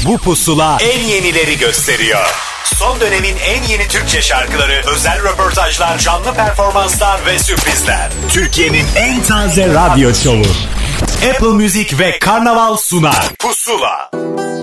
Bu pusula en yenileri gösteriyor. Son dönemin en yeni Türkçe şarkıları, özel röportajlar, canlı performanslar ve sürprizler. Türkiye'nin en taze radyo şovu. Apple Music ve Karnaval sunar. Pusula.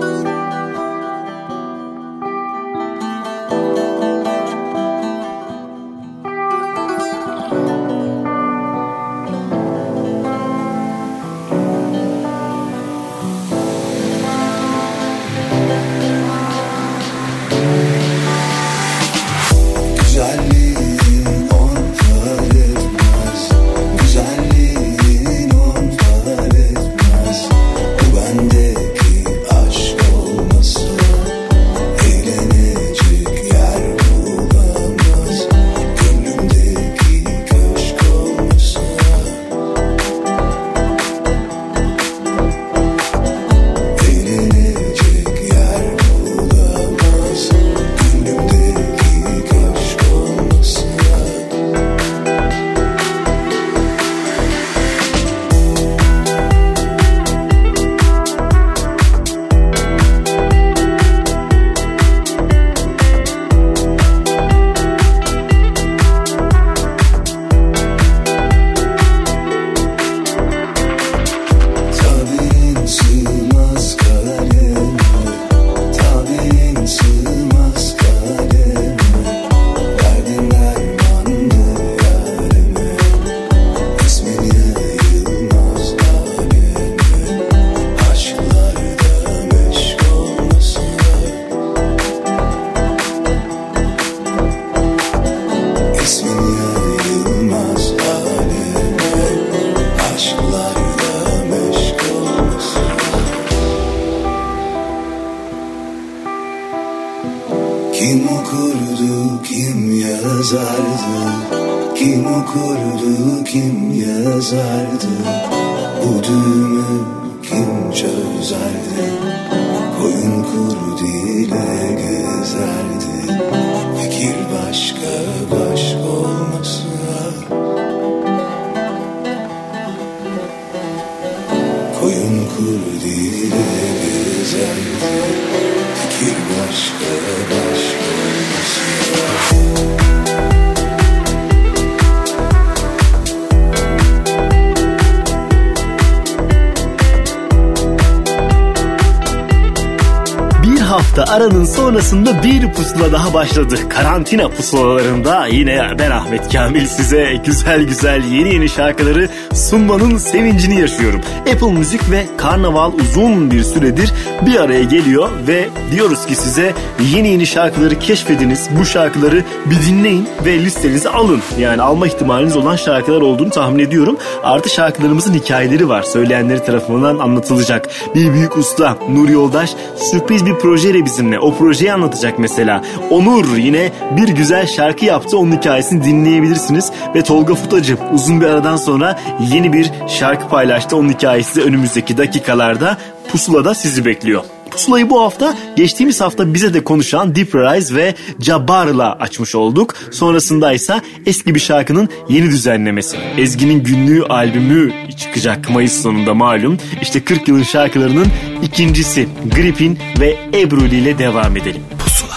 Aranın sonrasında bir pusula daha başladı. Karantina pusulalarında yine ben Ahmet Kamil size güzel güzel yeni şarkıları sunmanın sevincini yaşıyorum. Apple Music ve Karnaval uzun bir süredir bir araya geliyor ve diyoruz ki size yeni şarkıları keşfediniz. Bu şarkıları bir dinleyin ve listenize alın. Yani alma ihtimaliniz olan şarkılar olduğunu tahmin ediyorum. Artı şarkılarımızın hikayeleri var. Söyleyenleri tarafından anlatılacak. Bir büyük usta Nur Yoldaş sürpriz bir projeyle bizimle. O projeyi anlatacak mesela. Onur yine bir güzel şarkı yaptı. Onun hikayesini dinleyebilirsiniz. Ve Tolga Futacı uzun bir aradan sonra yeni bir şarkı paylaştı. Onun hikayesi de önümüzdeki dakikalarda Pusula'da sizi bekliyor. Pusulayı bu hafta geçtiğimiz hafta bize de konuşan Deep Rise ve Jabbar'la açmış olduk. Sonrasında ise eski bir şarkının yeni düzenlemesi. Ezgi'nin günlüğü albümü çıkacak Mayıs sonunda malum. İşte 40 yılın şarkılarının ikincisi Gripin ve Ebruli ile devam edelim. Pusula.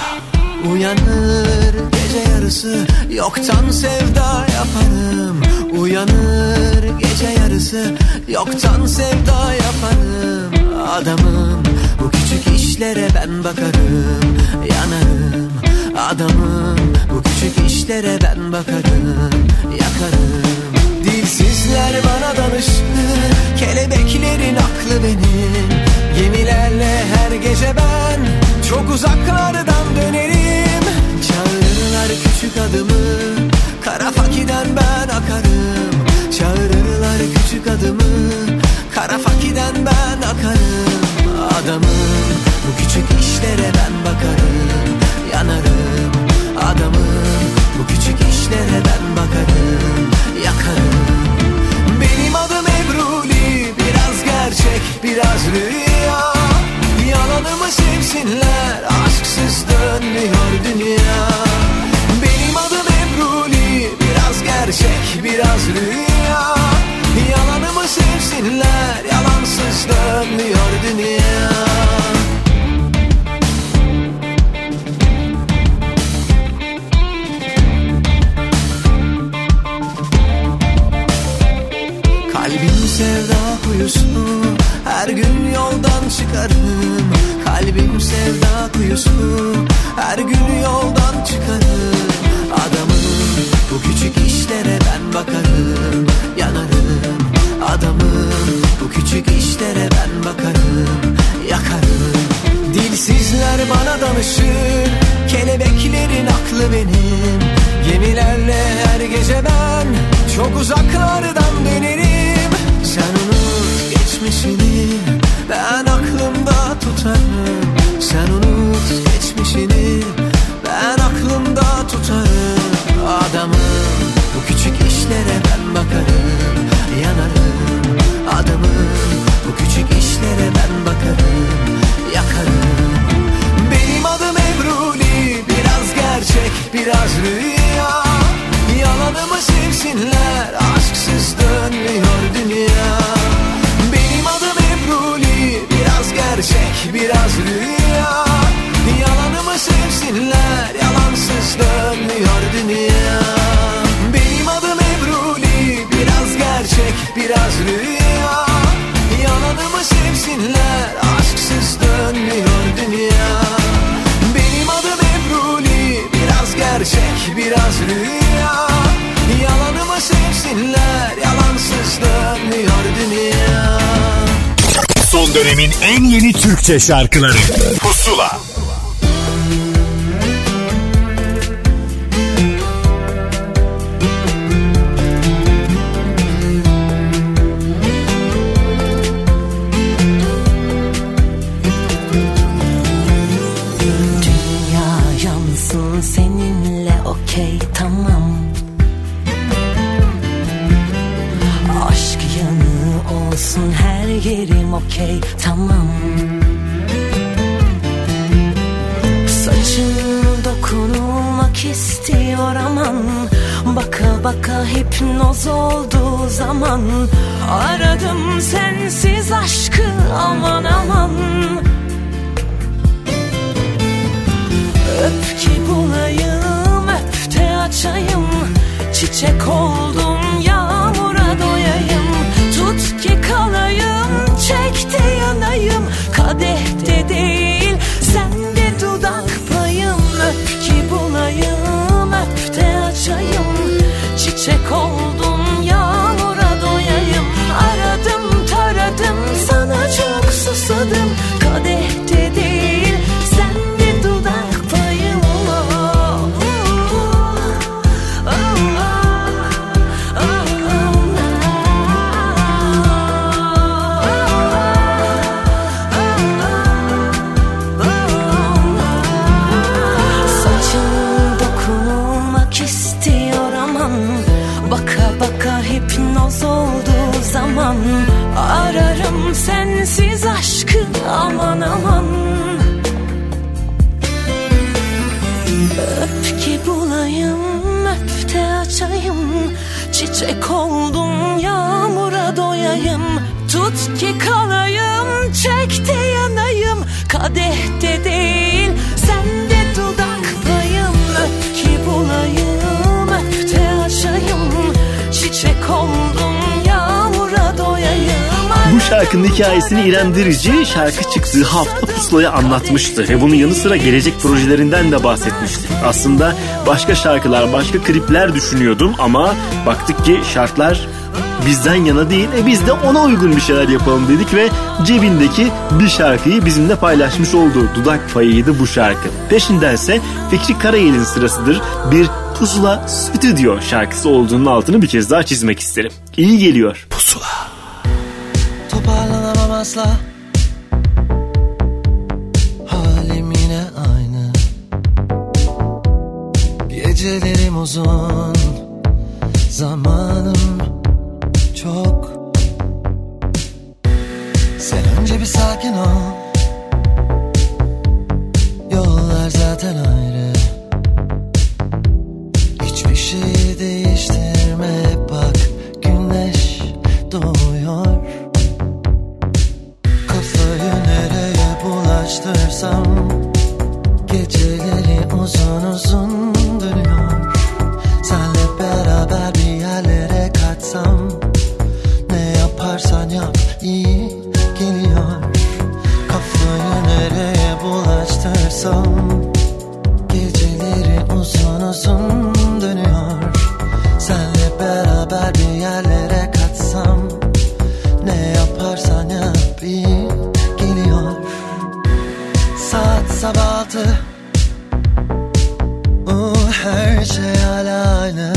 Uyanır gece yarısı yoktan sevda yaparım. Uyanır gece yarısı yoktan sevda yaparım. Adamım bu küçük işlere ben bakarım, yanarım. Adamım bu küçük işlere ben bakarım, yakarım. Dilsizler bana danıştı, kelebeklerin aklı benim. Gemilerle her gece ben çok uzaklardan dönerim. Çağırırlar küçük adımı, kara fakiden ben akarım. Çağırırlar küçük adımı, kara fakiden ben akarım. Adamım bu küçük işlere ben bakarım, yanarım. Adamım bu küçük işlere ben bakarım, yakarım. Benim adım Ebruli, biraz gerçek biraz rüya. Yalanımı sevsinler, aşksız dönmüyor dünya. Benim adım Ebruli, biraz gerçek biraz rüya. Yalanımı sevsinler, yalansız dönmüyor dünya. Kalbim sevda kuyusu, her gün yoldan çıkarım. Adamım, bu küçük işlere ben bakarım, yanarım. Adamım, bu küçük işlere ben bakarım, yakarım. Dilsizler bana danışır, kelebeklerin aklı benim. Gemilerle her gece ben çok uzaklardan dönerim. Sen unut geçmişini, ben aklımda tutarım. Sen unut geçmişini, ben aklımda tutarım. Adamım, bu küçük işlere ben bakarım, yanarım. Adamım, bu küçük işlere ben bakarım, yakarım. Benim adım Ebruli, biraz gerçek biraz rüya. Yalanımı sevsinler, aşksız dönmüyor dünya. Benim adım Ebruli, biraz gerçek biraz rüya. Yalanımı sevsinler, yalansız dönmüyor dünya. Benim adım Ebruli, biraz gerçek biraz rüya. Yalanımı sevsinler, aşksız dönmüyor dünya. Benim adım Ebruli, biraz gerçek biraz rüya. Yalanımı sevsinler, yalansız dönmüyor dünya. Son dönemin en yeni Türkçe şarkıları Pusula. Seninle okey tamam. Aşk yanı olsun her yerim okey tamam. Saçın dokunulmak istiyor aman. Baka baka hipnoz olduğu zaman. Aradım sensiz aşkı aman aman. Öp ki bulayım, öp de açayım. Çiçek oldum, yağmura doyayım. Tut ki kalayım, çek de yanayım. Kadehte değil, sende dudak payım. Öp ki bulayım, öp de açayım. Çiçek oldum, yağmura doyayım. Aradım taradım, sana çok susadım. Kadehte değil, sende dudak payım. Saçın dokunulmak istiyor aman. Baka baka hipnoz olduğu zaman. Ararım sensiz aşkı aman aman. Öp ki bulayım, öp de açayım. Çiçek oldum, yağmura doyayım. Tut ki kalayım, çek de yanayım. Kadehte değil, sende dudak payım. Öp ki bulayım, öp de açayım. Çiçek oldum, yağmura doyayım. Bu şarkının hikayesini İrem Derici şarkı çıktığı hafta Pusula'ya anlatmıştı ve bunun yanı sıra gelecek projelerinden de bahsetmişti. Aslında başka şarkılar, başka klipler düşünüyordum ama baktık ki şartlar bizden yana değil, biz de ona uygun bir şeyler yapalım dedik ve cebindeki bir şarkıyı bizimle paylaşmış oldu. Dudak payıydı bu şarkı. Peşindense Fikri Karayel'in sırasıdır bir Pusula Stüdyo şarkısı olduğunun altını bir kez daha çizmek isterim. İyi geliyor. Pusula. Toparlanamam asla, halim yine aynı. Gecelerim uzun, zamanım çok. Sen önce bir sakin ol, yollar zaten ayrı. Hiçbir şey değiştirme, bak güneş doğuyor. Kafayı nereye bulaştırsam, geceleri uzun uzun dönüyor. Senle beraber bir yerlere kaçsam, ne yaparsan yap iyi geliyor. Kafayı nereye yapsam? Geceleri uzun uzun dönüyor. Senle beraber bir yerlere kaçsam. Ne yaparsan yap iyi geliyor. Saat sabah 6. Her şey hala aynı.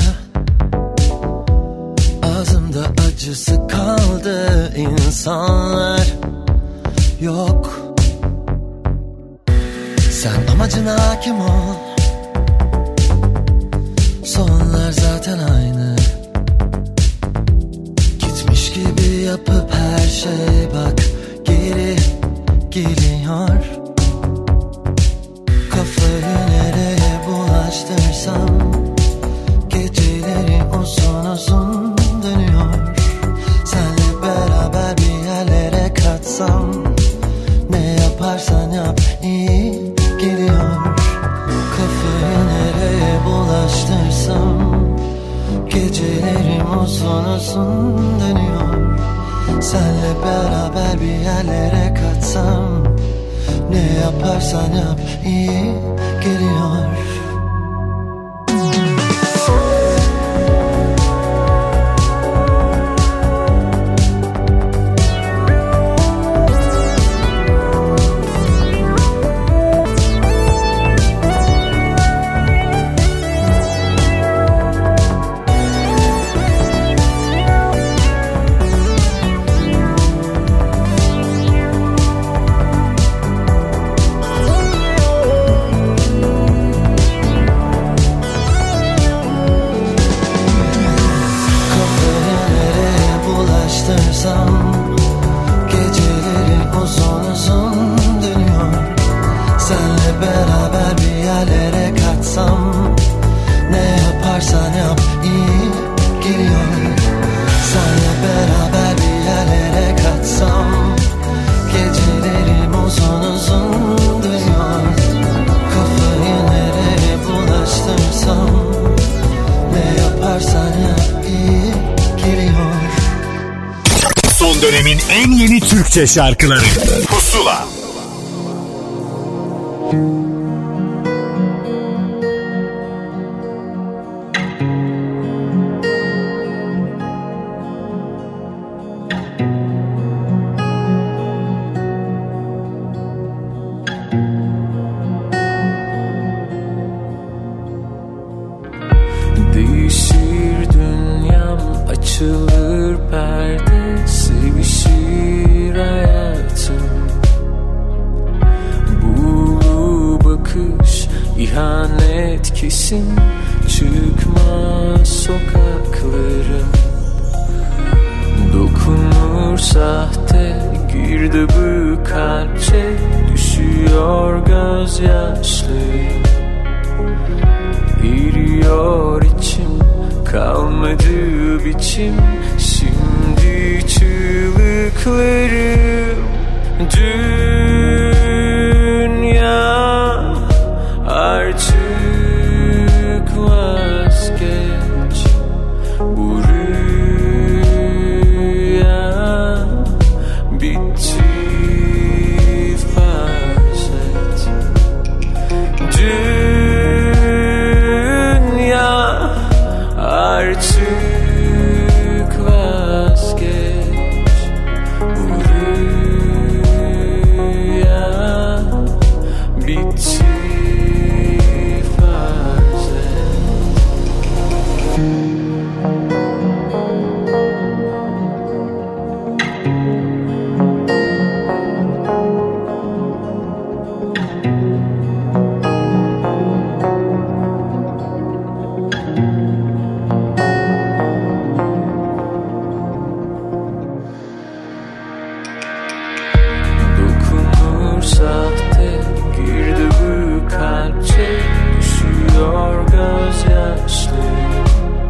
Ağzımda acısı kaldı. İnsanlar yok. Sen amacına hakim ol. Sonlar zaten aynı. Gitmiş gibi yapıp her şey bak geri geliyor. Kafayı nereye bulaştırsam. Geceleri uzun uzun dönüyor. Senle beraber bir yerlere kaçsam. Ne yaparsan yap iyi geliyor. Kafayı nereye bulaştırsam. Gecelerim uzun uzun dönüyor. Senle beraber bir yerlere kaçsam. Ne yaparsan yap iyi geliyor. Geceleri uzun uzun dönüyor. Senle beraber bir yerlere kaçsam. Ne yaparsan yap iyi geliyor. Senle beraber bir yerlere kaçsam. Gecelerim uzun uzun dönüyor. Kafayı nereye bulaştırsam. Ne yaparsan yap iyi geliyor. Son dönemin en yeni Türkçe şarkıları Pusula. Değişir dünyam, açılır perde, sevişir hayatım. Bu bakış ihanet kesin, çıkmaz sokaklarım. Dokunur sahte, girdabı kalpçe, düşüyor gözyaşlarım. Eriyor içim, kalmadı biçim, şimdi çığlıklarım. Dünya artık vazgeç, bu rüya bitti farz et. Artık vazgeç, bu rüya bitti farz et. Sahte girdabı kalpçe, düşüyor gözyaşlarım.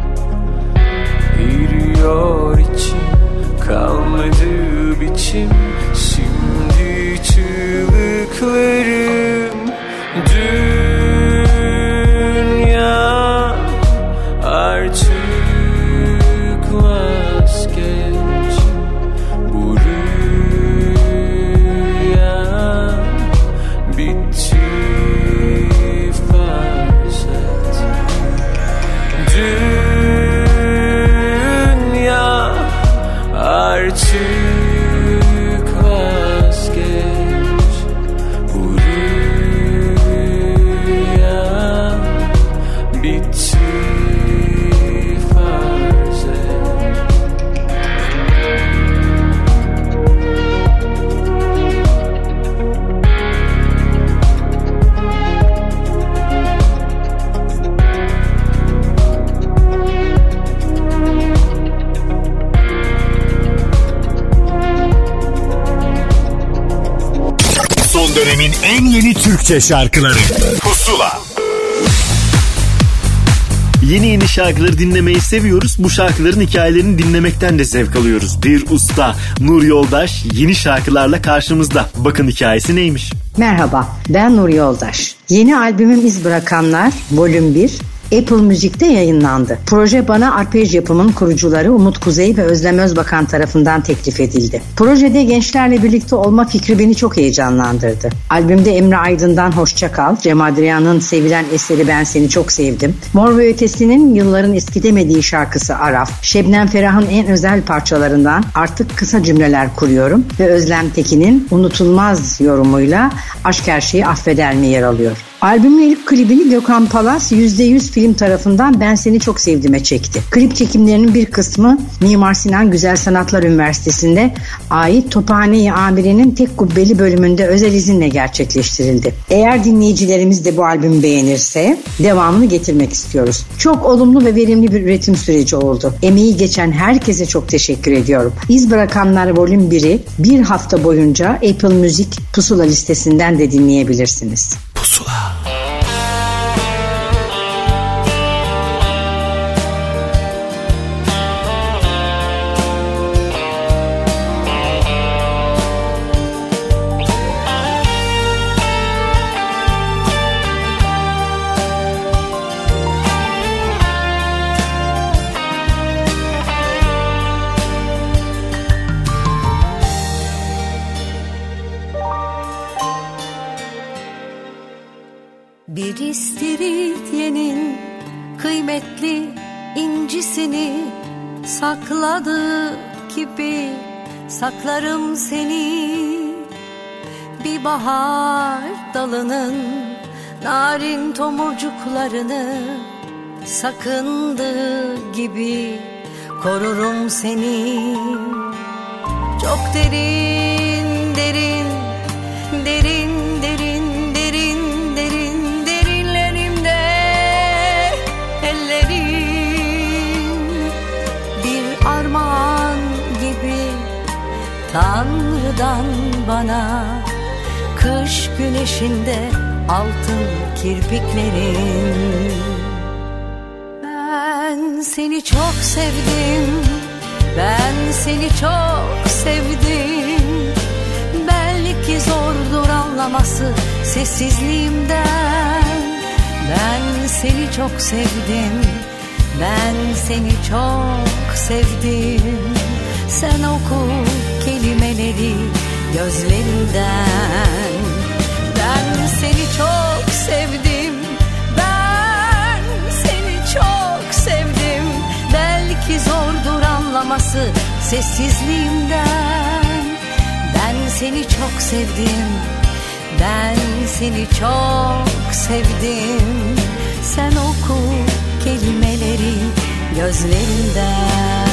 Eriyor içim, kalmadı biçim, şimdi çığlıklarım. Dünya artık vazgeç, bu rüya bitti en yeni Türkçe şarkıları Pusula. Yeni şarkıları dinlemeyi seviyoruz. Bu şarkıların hikayelerini dinlemekten de zevk alıyoruz. Bir usta Nur Yoldaş yeni şarkılarla karşımızda. Bakın hikayesi neymiş? Merhaba, ben Nur Yoldaş. Yeni albümüm İz Bırakanlar Volüm 1 Apple Müzik'te yayınlandı. Proje bana Arpej Yapım'ın kurucuları Umut Kuzey ve Özlem Özbakan tarafından teklif edildi. Projede gençlerle birlikte olma fikri beni çok heyecanlandırdı. Albümde Emre Aydın'dan Hoşça Kal, Cem Adrian'ın sevilen eseri Ben Seni Çok Sevdim, Mor ve Ötesi'nin yılların eskitemediği şarkısı Araf, Şebnem Ferah'ın en özel parçalarından Artık Kısa Cümleler Kuruyorum ve Özlem Tekin'in Unutulmaz yorumuyla Aşk Her Şeyi Affeder mi yer alıyor. Albümün ilk klibini Gökhan Palas %100 film tarafından Ben Seni Çok Sevdim'e çekti. Klip çekimlerinin bir kısmı Mimar Sinan Güzel Sanatlar Üniversitesi'nde ait Tophane-i Amiri'nin tek kubbeli bölümünde özel izinle gerçekleştirildi. Eğer dinleyicilerimiz de bu albümü beğenirse devamını getirmek istiyoruz. Çok olumlu ve verimli bir üretim süreci oldu. Emeği geçen herkese çok teşekkür ediyorum. İz Bırakanlar Volüm 1'i bir hafta boyunca Apple Müzik Pusula listesinden de dinleyebilirsiniz. Pusula. Bir istiridyenin kıymetli incisini sakladığı gibi saklarım seni. Bir bahar dalının narin tomurcuklarını sakındığı gibi korurum seni. Çok derin derin derin derin derin derin derinlerimde ellerim bir armağan gibi Tanrı'dan bana, kış güneşinde altın kirpiklerin. Ben seni çok sevdim, ben seni çok sevdim. Belki zordur anlaması sessizliğimden. Ben seni çok sevdim, ben seni çok sevdim. Sen oku kelimeleri gözlerinden. Ben seni çok sevdim, ben seni çok sevdim. Belki zordur anlaması sessizliğimden. Ben seni çok sevdim, ben seni çok sevdim. Sen oku kelimeleri gözlerinden.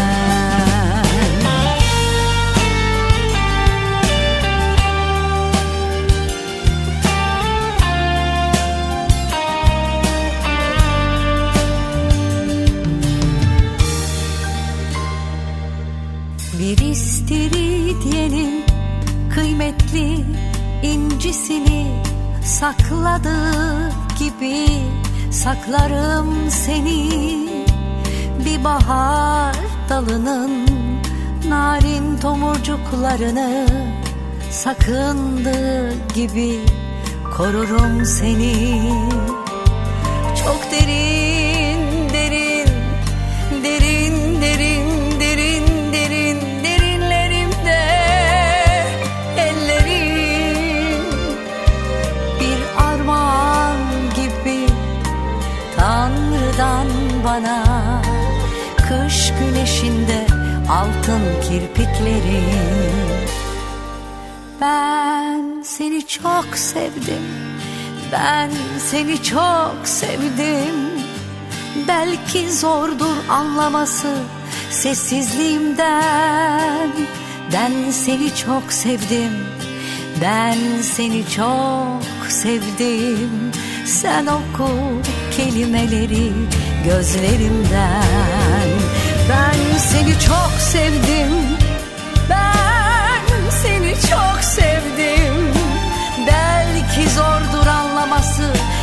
Bir istiridyenin kıymetli incisini sakladığı gibi saklarım seni. Bir bahar dalının narin tomurcuklarını sakındığı gibi korurum seni. Çok derin derin derin derin derin derin derinlerimde ellerim bir armağan gibi Tanrı'dan bana, kış güneşinde altın kirpiklerim. Ben seni çok sevdim, ben seni çok sevdim. Belki zordur anlaması sessizliğimden. Ben seni çok sevdim, ben seni çok sevdim. Sen oku kelimeleri gözlerimden. Ben seni çok sevdim, ben seni çok sevdim. Belki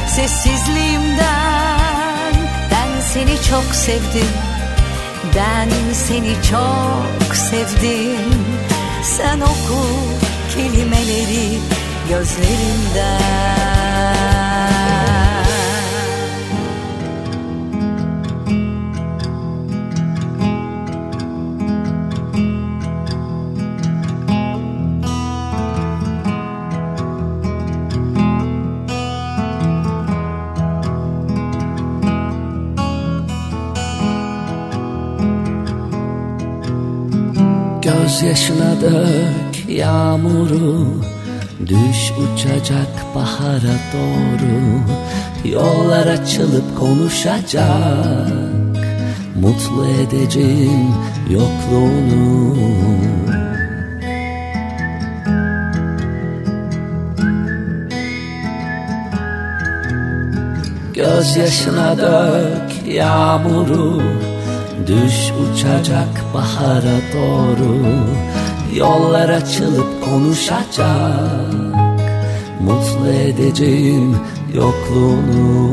sessizliğimden. Ben seni çok sevdim, ben seni çok sevdim. Sen oku kelimeleri gözlerimden. Gözyaşına dök yağmuru, düş uçacak bahara doğru. Yollar açılıp konuşacak, mutlu edeceğim yokluğunu. Gözyaşına dök yağmuru, düş uçacak bahara doğru. Yollar açılıp konuşacak, mutlu edeceğim yokluğunu.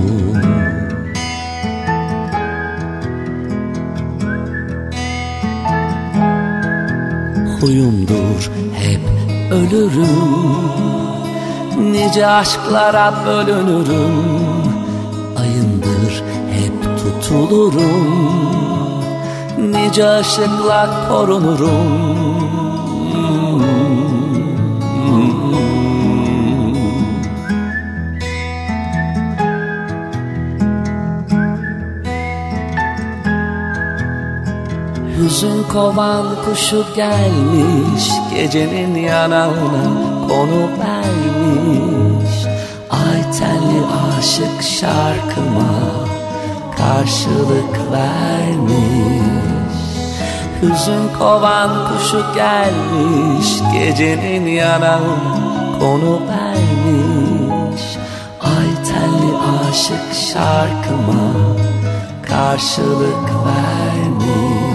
Huyumdur hep ölürüm, nice aşklara bölünürüm. Ayındır hep tutulurum, nice ışıkla korunurum. Hüzün kovan kuşu gelmiş, gecenin yanağına konu vermiş. Ay tenli aşık şarkıma karşılık vermiş. Hüzün kovan kuşu gelmiş, gecenin yanağına konu vermiş. Ay tenli aşık şarkıma karşılık vermiş.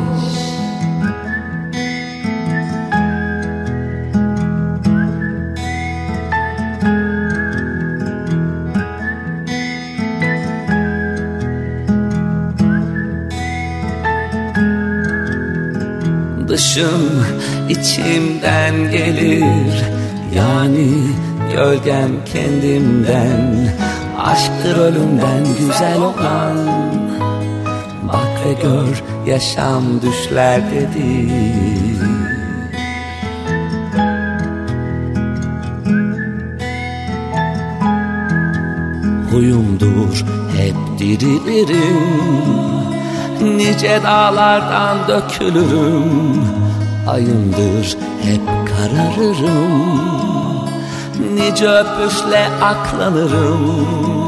Dışım içimden gelir, yani gölgem kendimden. Aşktır ölümden güzel olan, bak ve gör yaşam düşlerdedir. Huyumdur hep dirilirim, nice dağlardan dökülürüm. Ayımdır hep kararırım, nice öpüşle aklanırım.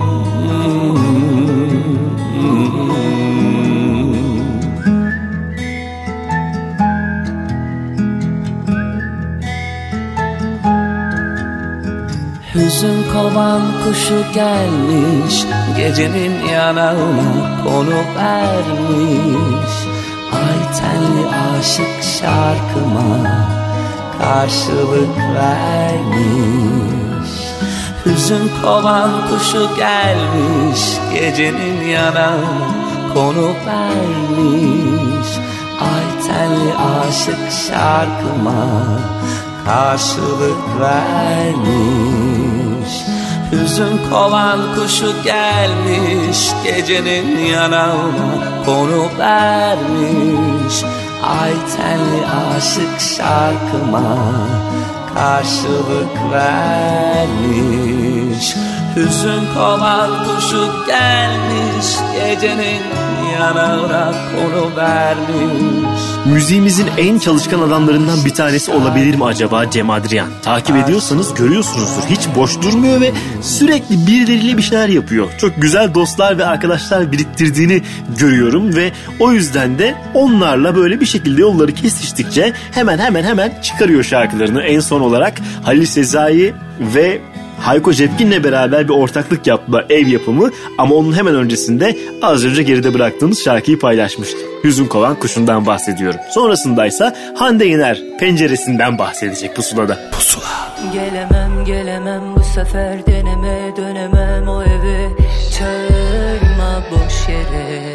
Hüzün kovan kuşu gelmiş, gecenin yanağına konu vermiş. Ay tenli aşık şarkıma karşılık vermiş. Hüzün kovan kuşu gelmiş, gecenin yanağına konu vermiş. Ay tenli aşık şarkıma karşılık vermiş. Hüzün kovan kuşu gelmiş, gecenin yanağına konu vermiş. Ay tenli aşık şarkıma karşılık vermiş. Hüzün kovan kuşu gelmiş, gecenin yanağına konu vermiş. Müziğimizin en çalışkan adamlarından bir tanesi olabilir mi acaba Cem Adrian? Takip ediyorsanız görüyorsunuzdur. Hiç boş durmuyor ve sürekli birileriyle bir şeyler yapıyor. Çok güzel dostlar ve arkadaşlar biriktirdiğini görüyorum ve o yüzden de onlarla böyle bir şekilde yolları kesiştikçe hemen çıkarıyor şarkılarını. En son olarak Halil Sezai ve Hayko Cepkin'le beraber bir ortaklık yaptılar, ev yapımı, ama onun hemen öncesinde az önce geride bıraktığımız şarkıyı paylaşmıştı. Hüzün kovan kuşundan bahsediyorum. Sonrasındaysa Hande Yener Penceresinden bahsedecek Pusula'da. Pusula. Gelemem bu sefer, deneme dönemem o eve, çağırma boş yere.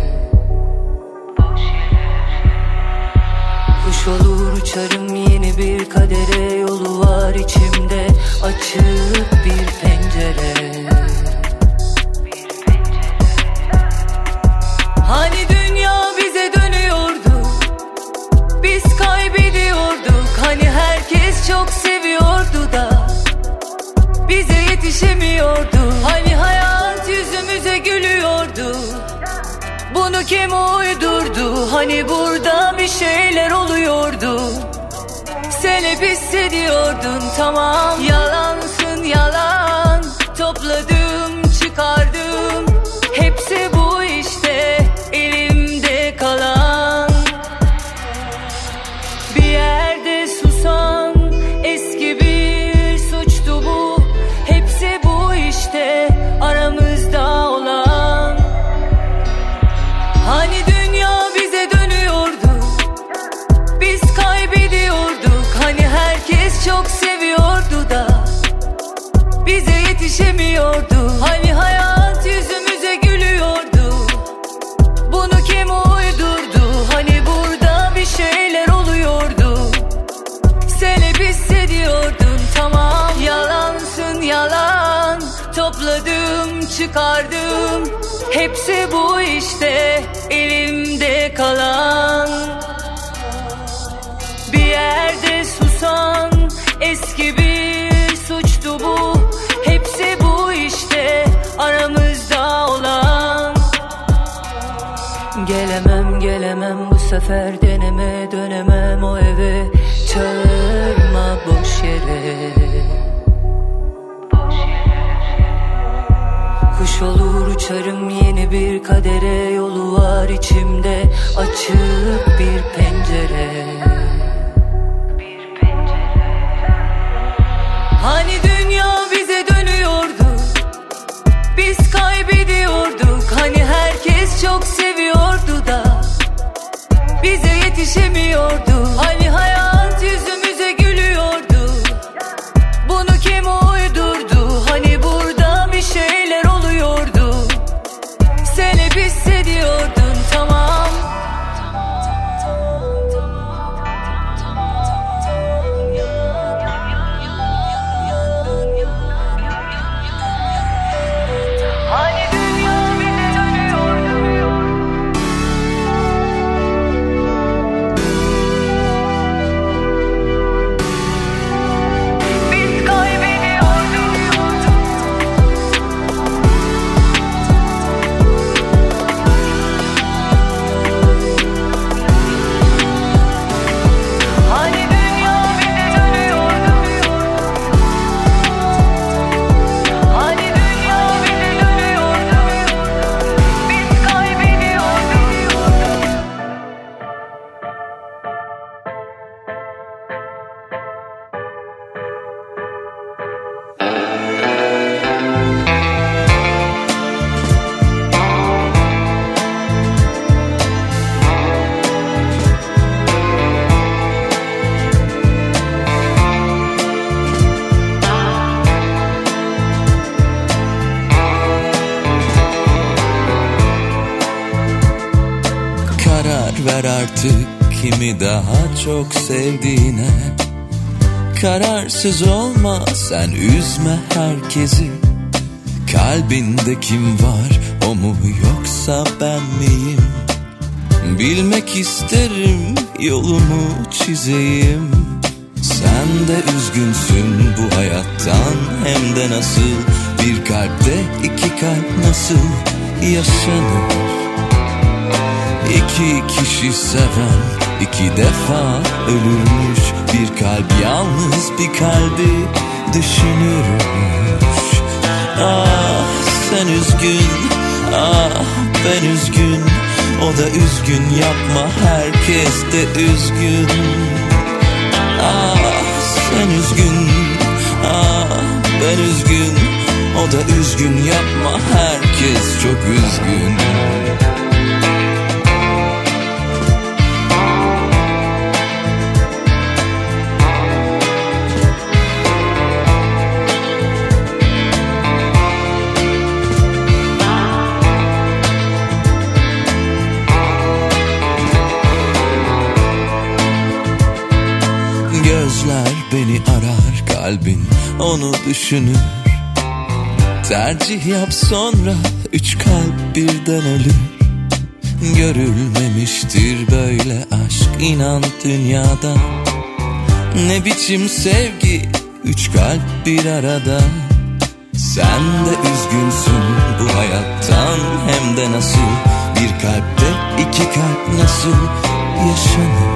Kuş olur uçarım yeni bir kadere, yolu var içimde açık bir pencere. Hani dünya bize dönüyordu, biz kaybediyorduk. Hani herkes çok seviyordu da bize yetişemiyordu. Hani hayat yüzümüze gülüyordu, bunu kim uydurdu? Hani burada bir şeyler oluyordu, sen hep hissediyordun. Tamam, yalansın yalan, topladım çıkardım, hepsi bu işte elimde kalan. Bir yerde susan eski bir suçtu bu, hepsi bu işte aramızda olan. Hani dünya bize dönüyordu, biz kaybediyorduk. Hani herkes çok seviyordu da bize yetişemiyordu. Hani hayat yüzümüze gülüyordu, bunu kim uydurdu? Hani burada bir şeyler oluyordu, sen hep hissediyordun. Tamam, yalansın yalan, topladım çıkardım, hepsi bu işte elimde kalan. Bir yerde susan eski bir suçtu bu, hepsi bu işte aramızda olan. Gelemem bu sefer, deneme dönemem o eve, çağırma boş yere. Kuş olur uçarım yeni bir kadere, yolu var içimde açık bir pencere. Hani dünya bize dönüyordu, biz kaybediyorduk. Hani herkes çok seviyordu da bize yetişemiyordu. Hani hayat yüzümüze gülüyordu, bunu kim uydurdu? Hani burada bir şeyler oluyordu, sen hep hissediyordun. Tamam, hani dünya bize dönüyordu, biz kaybediyorduk. Hani dünya bize dönüyordu, hani dünya bize dönüyordu, biz kaybediyorduk. Karar ver artık kimi daha çok sevdiğine. Kararsız olma, sen üzme herkesi. Kalbinde kim var, o mu yoksa ben miyim? Bilmek isterim, yolumu çizeyim. Sen de üzgünsün bu hayattan, hem de nasıl. Bir kalpte iki kalp nasıl yaşanır? İki kişi seven iki defa ölürmüş. Bir kalp yalnız bir kalbi düşünürmüş. Ah sen üzgün, ah ben üzgün. O da üzgün, yapma herkes de üzgün. Ah sen üzgün, ah ben üzgün, o da üzgün, yapma, herkes çok üzgün. Gözler beni arar, kalbin onu düşünür. Tercih yap sonra 3 kalp birden ölür. Görülmemiştir böyle aşk, inan dünyada. Ne biçim sevgi 3 kalp bir arada. Sen de üzgünsün bu hayattan, hem de nasıl. Bir kalpte 2 kalp nasıl yaşanır?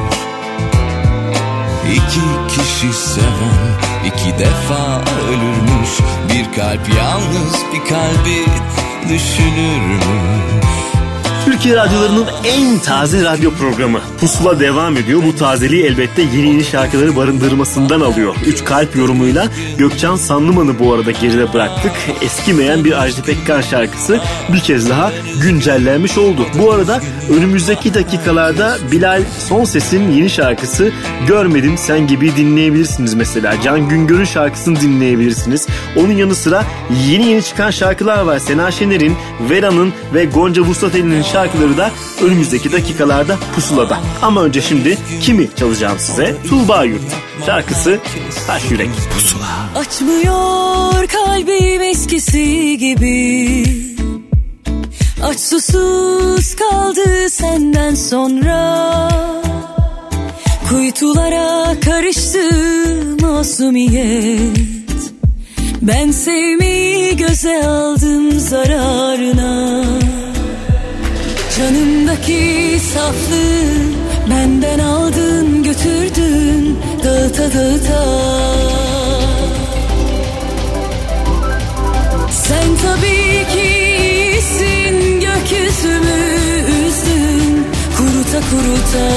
2 kişi seven 2 defa ölürmüş. Bir kalp yalnız bir kalbi düşünürmüş. Türkiye radyolarının en taze radyo programı Pusula devam ediyor. Bu tazeliği elbette yeni şarkıları barındırmasından alıyor. 3 kalp yorumuyla Gökçen Sanlıman'ı bu arada geride bıraktık. Eskimeyen bir Ajda Pekkan şarkısı bir kez daha güncellenmiş oldu. Bu arada önümüzdeki dakikalarda Bilal Sonses'in yeni şarkısı Görmedim Sen Gibi dinleyebilirsiniz mesela. Can Güngör'ün şarkısını dinleyebilirsiniz. Onun yanı sıra yeni çıkan şarkılar var. Sena Şener'in, Vera'nın ve Gonca Vustateli'nin şarkıları da önümüzdeki dakikalarda Pusula'da. Ama önce şimdi kimi çalacağım size? Tuğba Yurt. Şarkısı Taş Yürek. Pusula. Açmıyor kalbim eskisi gibi. Aç susuz kaldı senden sonra. Kuytulara karıştı masumiyet. Ben sevmeyi göze aldım zararına. Canımdaki saflığı benden aldın götürdün dağıta dağıta. Sen tabii ki iyisin, gökyüzümü üzdün kuruta kuruta.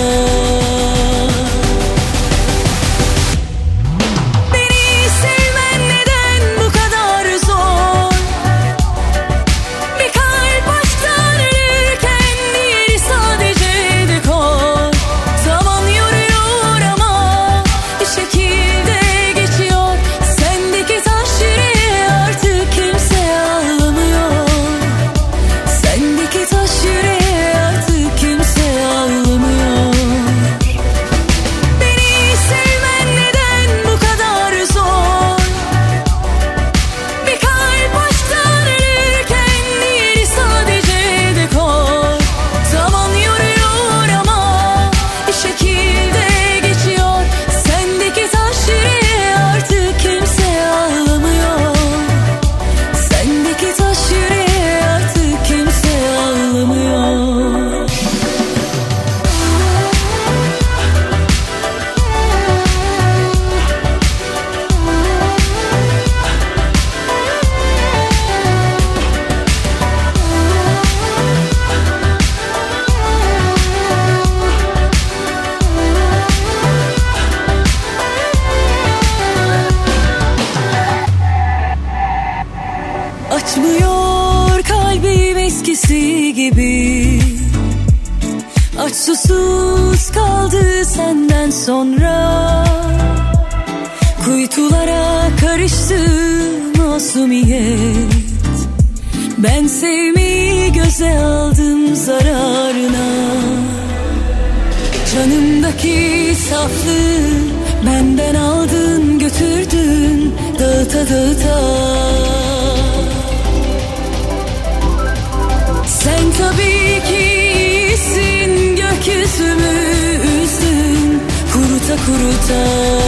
Aç susuz kaldı senden sonra. Kuytulara karıştı masumiyet. Ben sevmeyi göze aldım zararına. Canımdaki saflığı benden aldın götürdün dağıta dağıta. Sen tabii ki iyisin, gökyüzümü üzdün kuruta kuruta.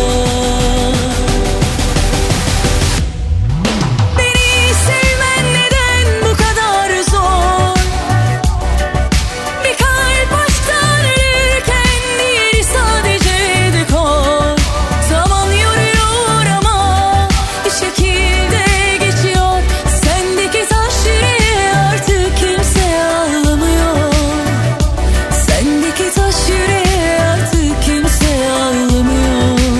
Beni sevmen neden bu kadar zor? Bir kalp aşktan ölürken diğeri sadece dekor. Zaman yoruyor ama bir şekilde geçiyor. Sendeki taş yüreğe artık kimse ağlamıyor. Sendeki taş yüreğe artık kimse ağlamıyor.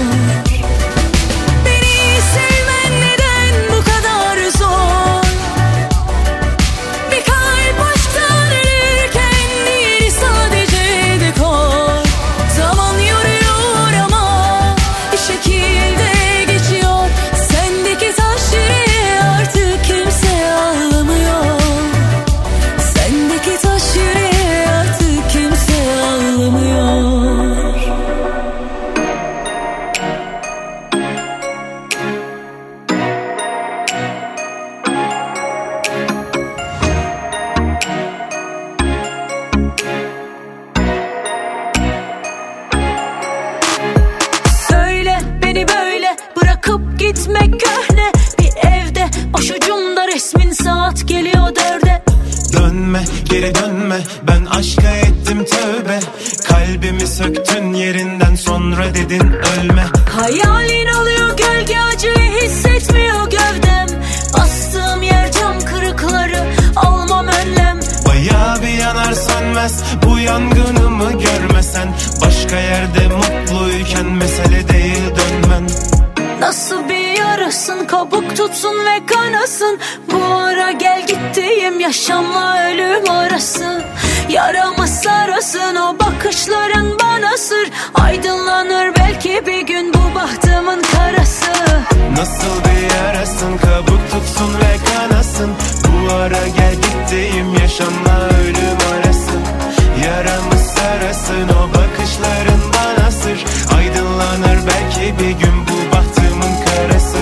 başucumda resmin, saat geliyor 4'e. Dönme, geri dönme, ben aşka ettim tövbe. Kalbimi söktün yerinden, sonra dedin ölme. Hayalin alıyor gölge, acıyı hissetmiyor gövdem. Bastığım yer cam kırıkları, almam önlem. Bayağı bir yanar sönmez bu yangınımı görmesen. Başka yerde mutluyken mesele değil dönmen. Nasıl bir yarasın, kabuk tutsun ve kanasın. Bu ara gel gittiğim yaşamla ölüm arası. Yaramı sarasın, o bakışların bana sır. Aydınlanır belki bir gün bu bahtımın karası. Nasıl bir yarasın, kabuk tutsun ve kanasın. Bu ara gel gittiğim yaşamla ölüm arası. Yaramı sarasın, o bakışların bana sır. Aydınlanır belki bir gün bu bahtımın karası.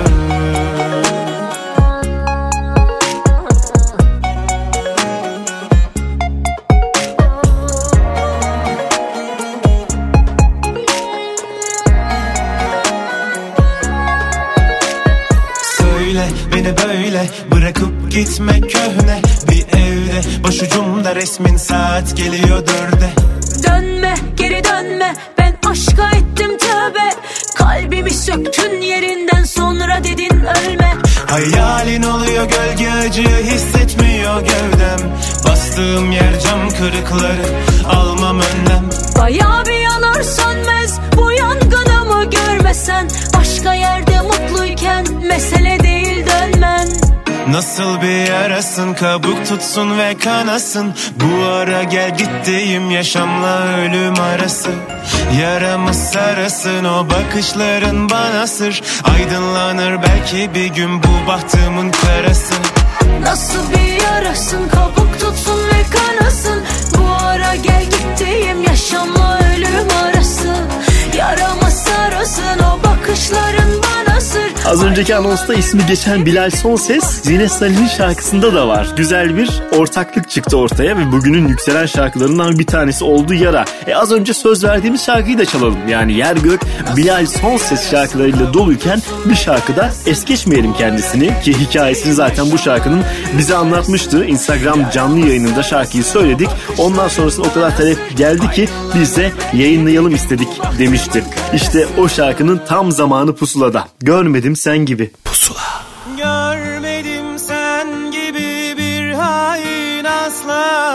Söyle beni böyle bırakıp gitme köhne. Bir evde başucumda resmin, saat geliyor 4'e. Dönme, geri dönme, ben aşka ettim tövbe. Kalbimi söktün yerinden, sonra dedin ölme. Hayalin oluyor gölge, acıyı hissetmiyor gövdem. Bastığım yer cam kırıkları, almam önlem. Bayağı bir yanar sönmez bu yangınımı görmesen. Başka yerde mutluyken mesele değil dönmen. Nasıl bir yarasın, kabuk tutsun ve kanasın. Bu ara gel gittiğim yaşamla ölüm arası. Yaramı sarasın, o bakışların bana sır. Aydınlanır belki bir gün bu bahtımın karası. Nasıl bir yarasın, kabuk tutsun ve kanasın. Bu ara gel gittiğim yaşamla ölüm arası. Yaramı sarasın, o bakışların bana sır. Az önceki anonsta ismi geçen Bilal Sonses, Zine Salih'in şarkısında da var. Güzel bir ortaklık çıktı ortaya ve bugünün yükselen şarkılarından bir tanesi oldu Yara. Az önce söz verdiğimiz şarkıyı da çalalım. Yani Yer Gök Bilal Sonses şarkılarıyla doluyken bir şarkıda es geçmeyelim kendisini, ki hikayesini zaten bu şarkının bize anlatmıştı. Instagram canlı yayınında şarkıyı söyledik. Ondan sonrasında o kadar talep geldi ki biz de yayınlayalım istedik demişti. İşte o şarkının tam zamanı Pusula'da. Görmedim sen gibi. Pusula. Görmedim sen gibi bir hain asla.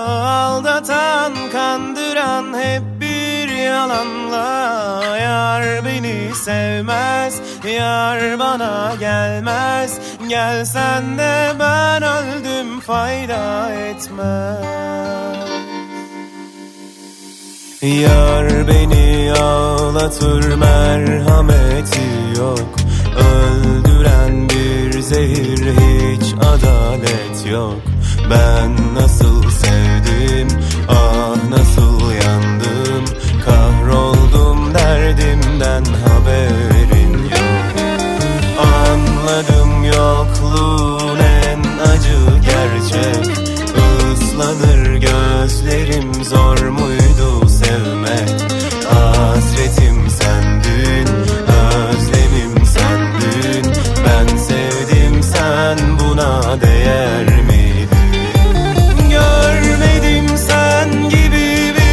Aldatan, kandıran hep bir yalanla. Yar beni sevmez, yar bana gelmez. Gelsen de ben öldüm, fayda etmez. Yar beni ağlatır, merhameti yok. Öldüren bir zehir, hiç adalet yok. Ben nasıl sevdim, ah nasıl yandım. Kahroldum, derdimden haberin yok. Anladım yokluğun en acı gerçek. Islanır gözlerim, zor muydu sevmek? Hasretim sendin, özlemim sendin. Ben sevdim, sen buna değer miydin? Görmedim sen gibi bir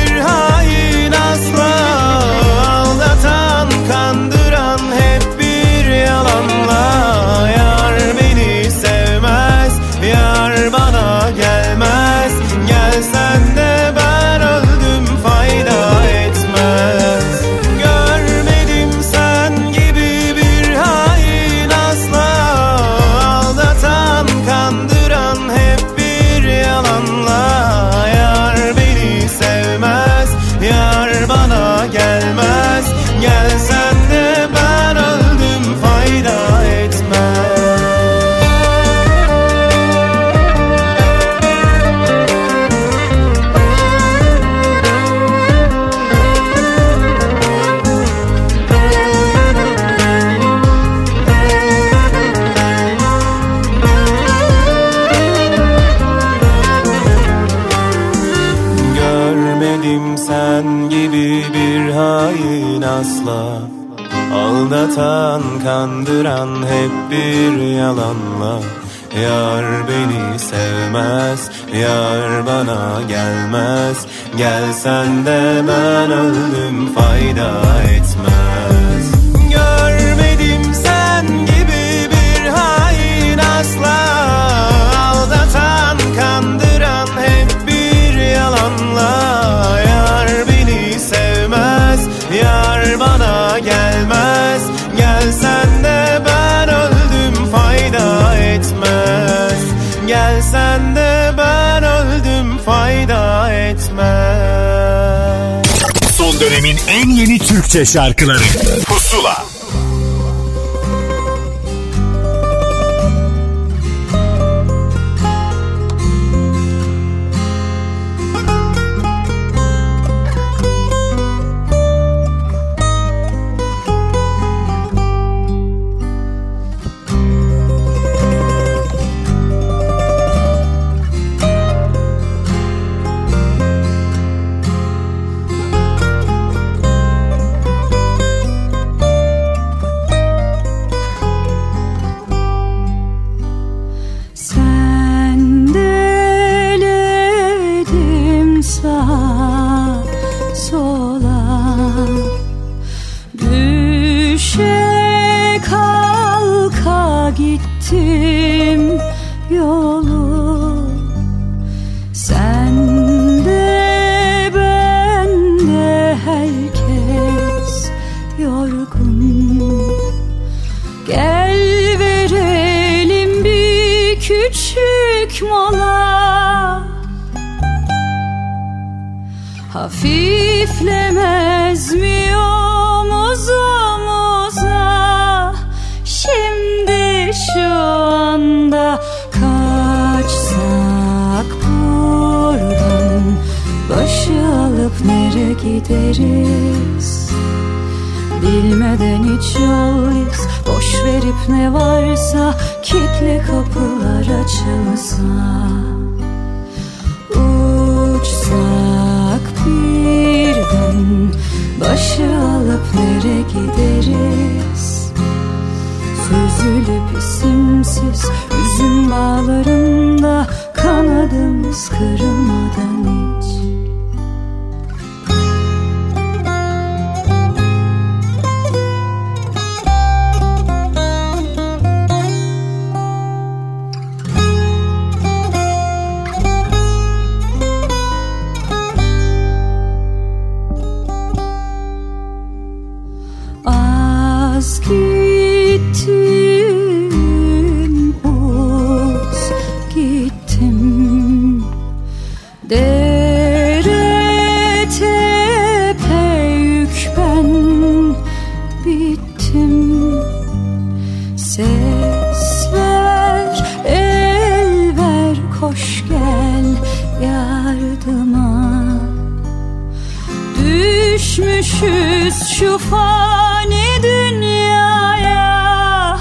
kandıran hep bir yalanla. Yar beni sevmez, yar bana gelmez. Gelsen de ben öldüm, fayda etmez. Görmedim sen gibi bir hain asla. Aldatan, kandıran hep bir yalanla. Yar beni sevmez, yar bana gelmez. Gelsen de ben öldüm, fayda etmez. Gelsen de ben öldüm, fayda etmez. Son dönemin en yeni Türkçe şarkıları Pusula. Hafiflemez mi omuz omuza? Şimdi şu anda kaçsak buradan, başı alıp nereye gideriz? Bilmeden hiç yolluyuz, boş verip ne varsa kilitli kapılar açılsa. Uçsak birden, başı alıp nereye gideriz? Süzülüp isimsiz üzüm bağlarında, kanadımız kırılmadan hiç. Gittim, uz gittim, dere tepe yük ben bittim. Ses ver, el ver, koş gel yardıma. Düşmüşüz şu fani dünyaya,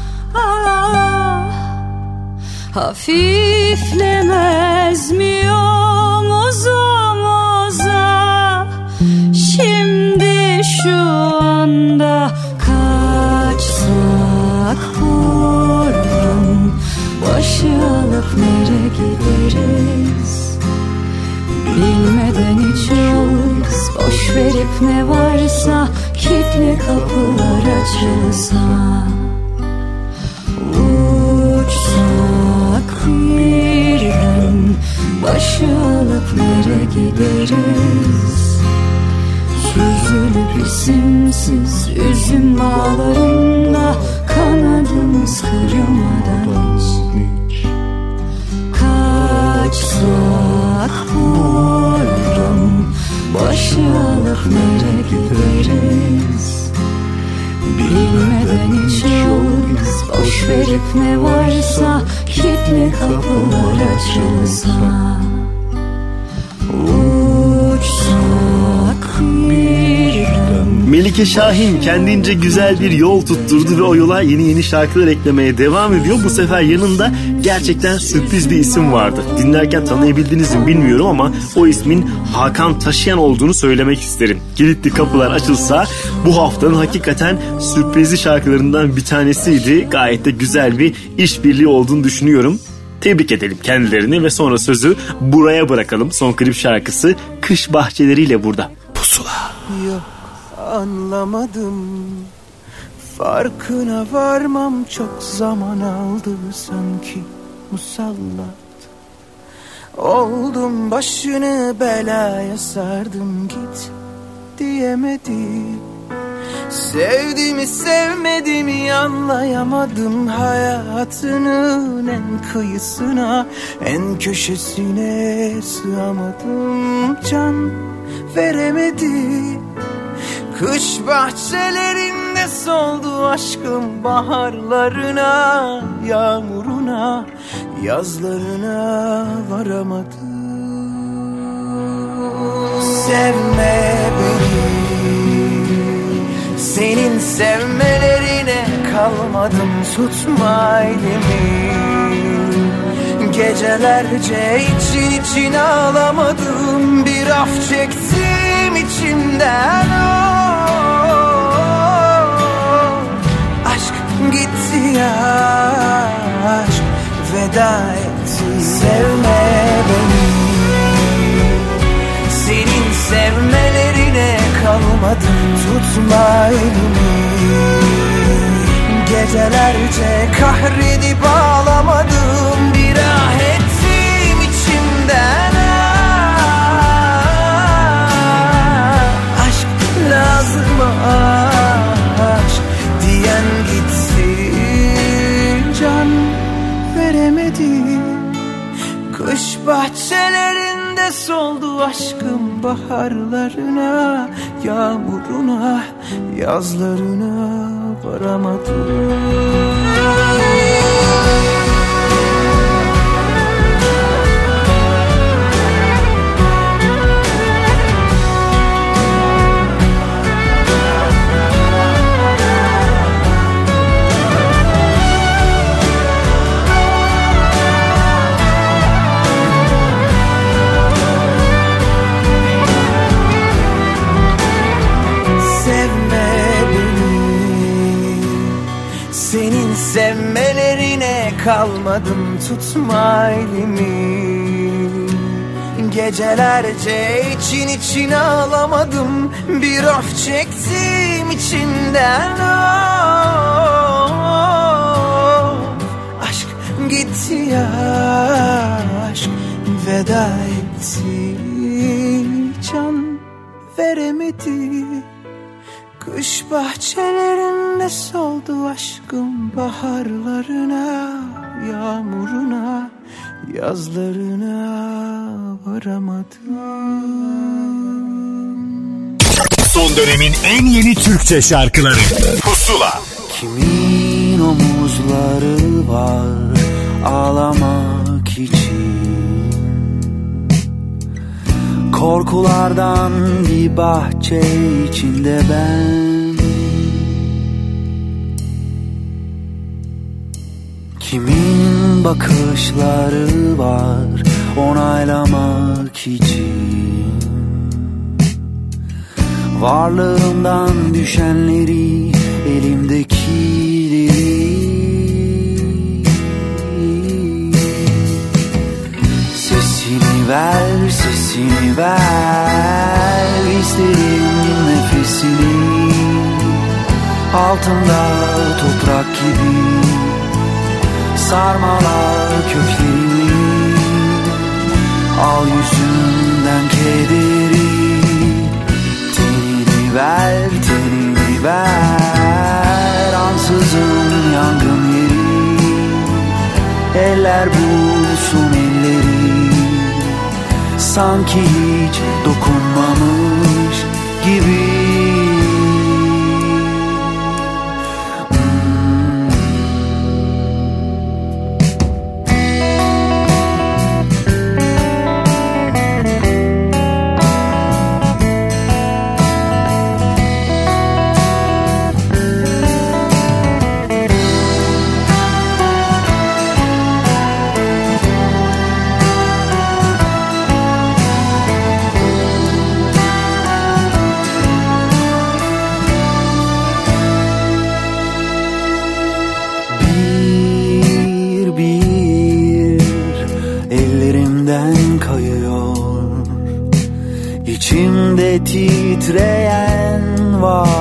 hafiflemez mi omuz omuza? Şimdi şu anda kaçsak buradan, başı alıp nereye gideriz? Bilmeden hiç yolluyuz, boş verip ne varsa kilitli kapılar açılsa. Uçsak birden, başı alıp nereye gideriz? Süzülüp isimsiz üzüm bağlarında, kanadımız kırılmadan hiç. Kaçsak buradan, başı alıp nereye gideriz? Bilmeden hiç yolluyuz, boş verip ne varsa kilitli kapılar açılsa. Uçsak birden. Melike Şahin kendince güzel bir yol tutturdu ve o yola yeni şarkılar eklemeye devam ediyor. Bu sefer yanında gerçekten sürpriz bir isim vardı. Dinlerken tanıyabildiniz mi bilmiyorum ama o ismin Hakan Taşıyan olduğunu söylemek isterim. Kilitli kapılar açılsa bu haftanın hakikaten sürprizli şarkılarından bir tanesiydi. Gayet de güzel bir işbirliği olduğunu düşünüyorum. Tebrik edelim kendilerini ve sonra sözü buraya bırakalım. Son klip şarkısı Kış Bahçeleriyle burada. Pusula. Yok anlamadım, farkına varmam çok zaman aldı sanki musallat. Oldum başını belaya sardım, git diyemedim. Sevdiğimi sevmediğimi anlayamadım. Hayatının en kıyısına, en köşesine sığamadım. Can veremedim. Kış bahçelerinde soldu aşkım, baharlarına, yağmuruna, yazlarına varamadım. Sevme beni, senin sevmelerine kalmadım, tutma elimi. Gecelerce için için ağlamadım, bir af çektim içimden. Aşk gitti ya, aşk veda etti. Sevme beni, senin sevmelerine kalmadım, tutma elimi. Gecelerce kahredip ağlamadım, bir ah ettim içimden. Aşk lazım, aşk diyen gitti, can veremedim. Kış bahçelerinde soldu aşkım, baharlarına, yağmuruna, yazlarına varamadım. Sevmelerine kalmadım, tutma elimi. Gecelerce için için ağlamadım, bir af çektim içimden. Aşk gitti ya, aşk veda etti. Can veremedi. Kış bahçelerinde soldu aşkım, baharlarına, yağmuruna, yazlarına varamadım. Son dönemin en yeni Türkçe şarkıları Pusula. Kimin omuzları var ağlamak için, korkulardan bir bahçe içinde ben. Kimin bakışları var onaylamak için, varlığımdan düşenleri, elimdekileri. Sesini ver, sesini ver, isterim nefesini. Altında toprak gibi sarmalar köklerimi. Al yüzünden kederi, tenini ver, tenini ver. Ansızın yangın yeri, eller bulsun elleri. Sanki hiç dokunmamış gibi. titreyen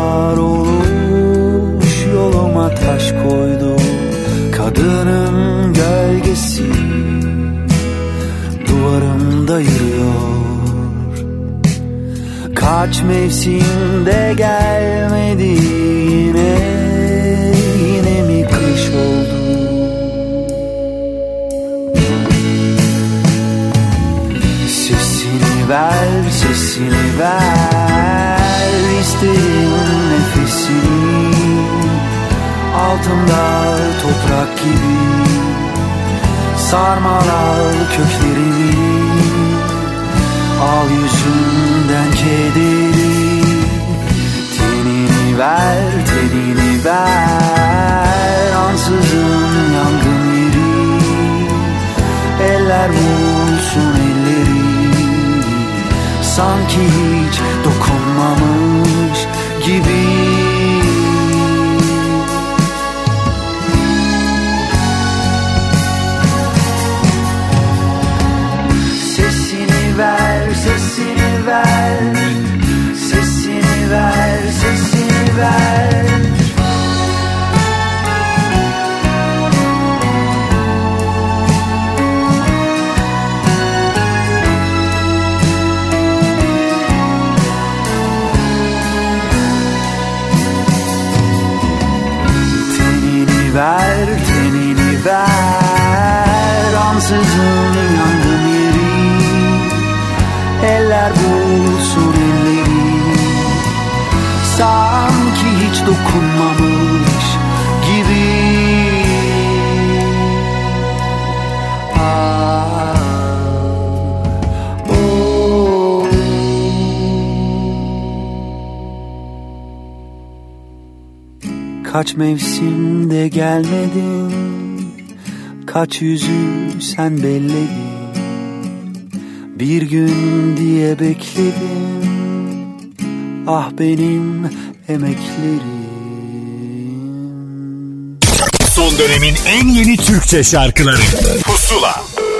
varoluş yoluma taş koydu. Kadının gölgesi duvarımda yürüyor. Kaç mevsimde gelmedi yine mi kış oldu? Sesini ver, sesini ver, isterim nefesini. Altımda toprak gibi sarmalar köklerini. Al yüzümden kederi, tenini ver, tenini ver. Ansızın yangın yeri, eller vursun elleri. Sanki hiç dokunmamış gibi. Sesini ver, sesini ver, sesini ver, sesini ver. Tenini ver, tenini ver. Ansızın yangın yeri, eller bulsun elleri. Sanki hiç dokunmamış gibi. Kaç mevsimde gelmedin, kaç yüzü sen belledin. Bir gün diye bekledim, ah benim emeklerim. Son dönemin en yeni Türkçe şarkıları Pusula.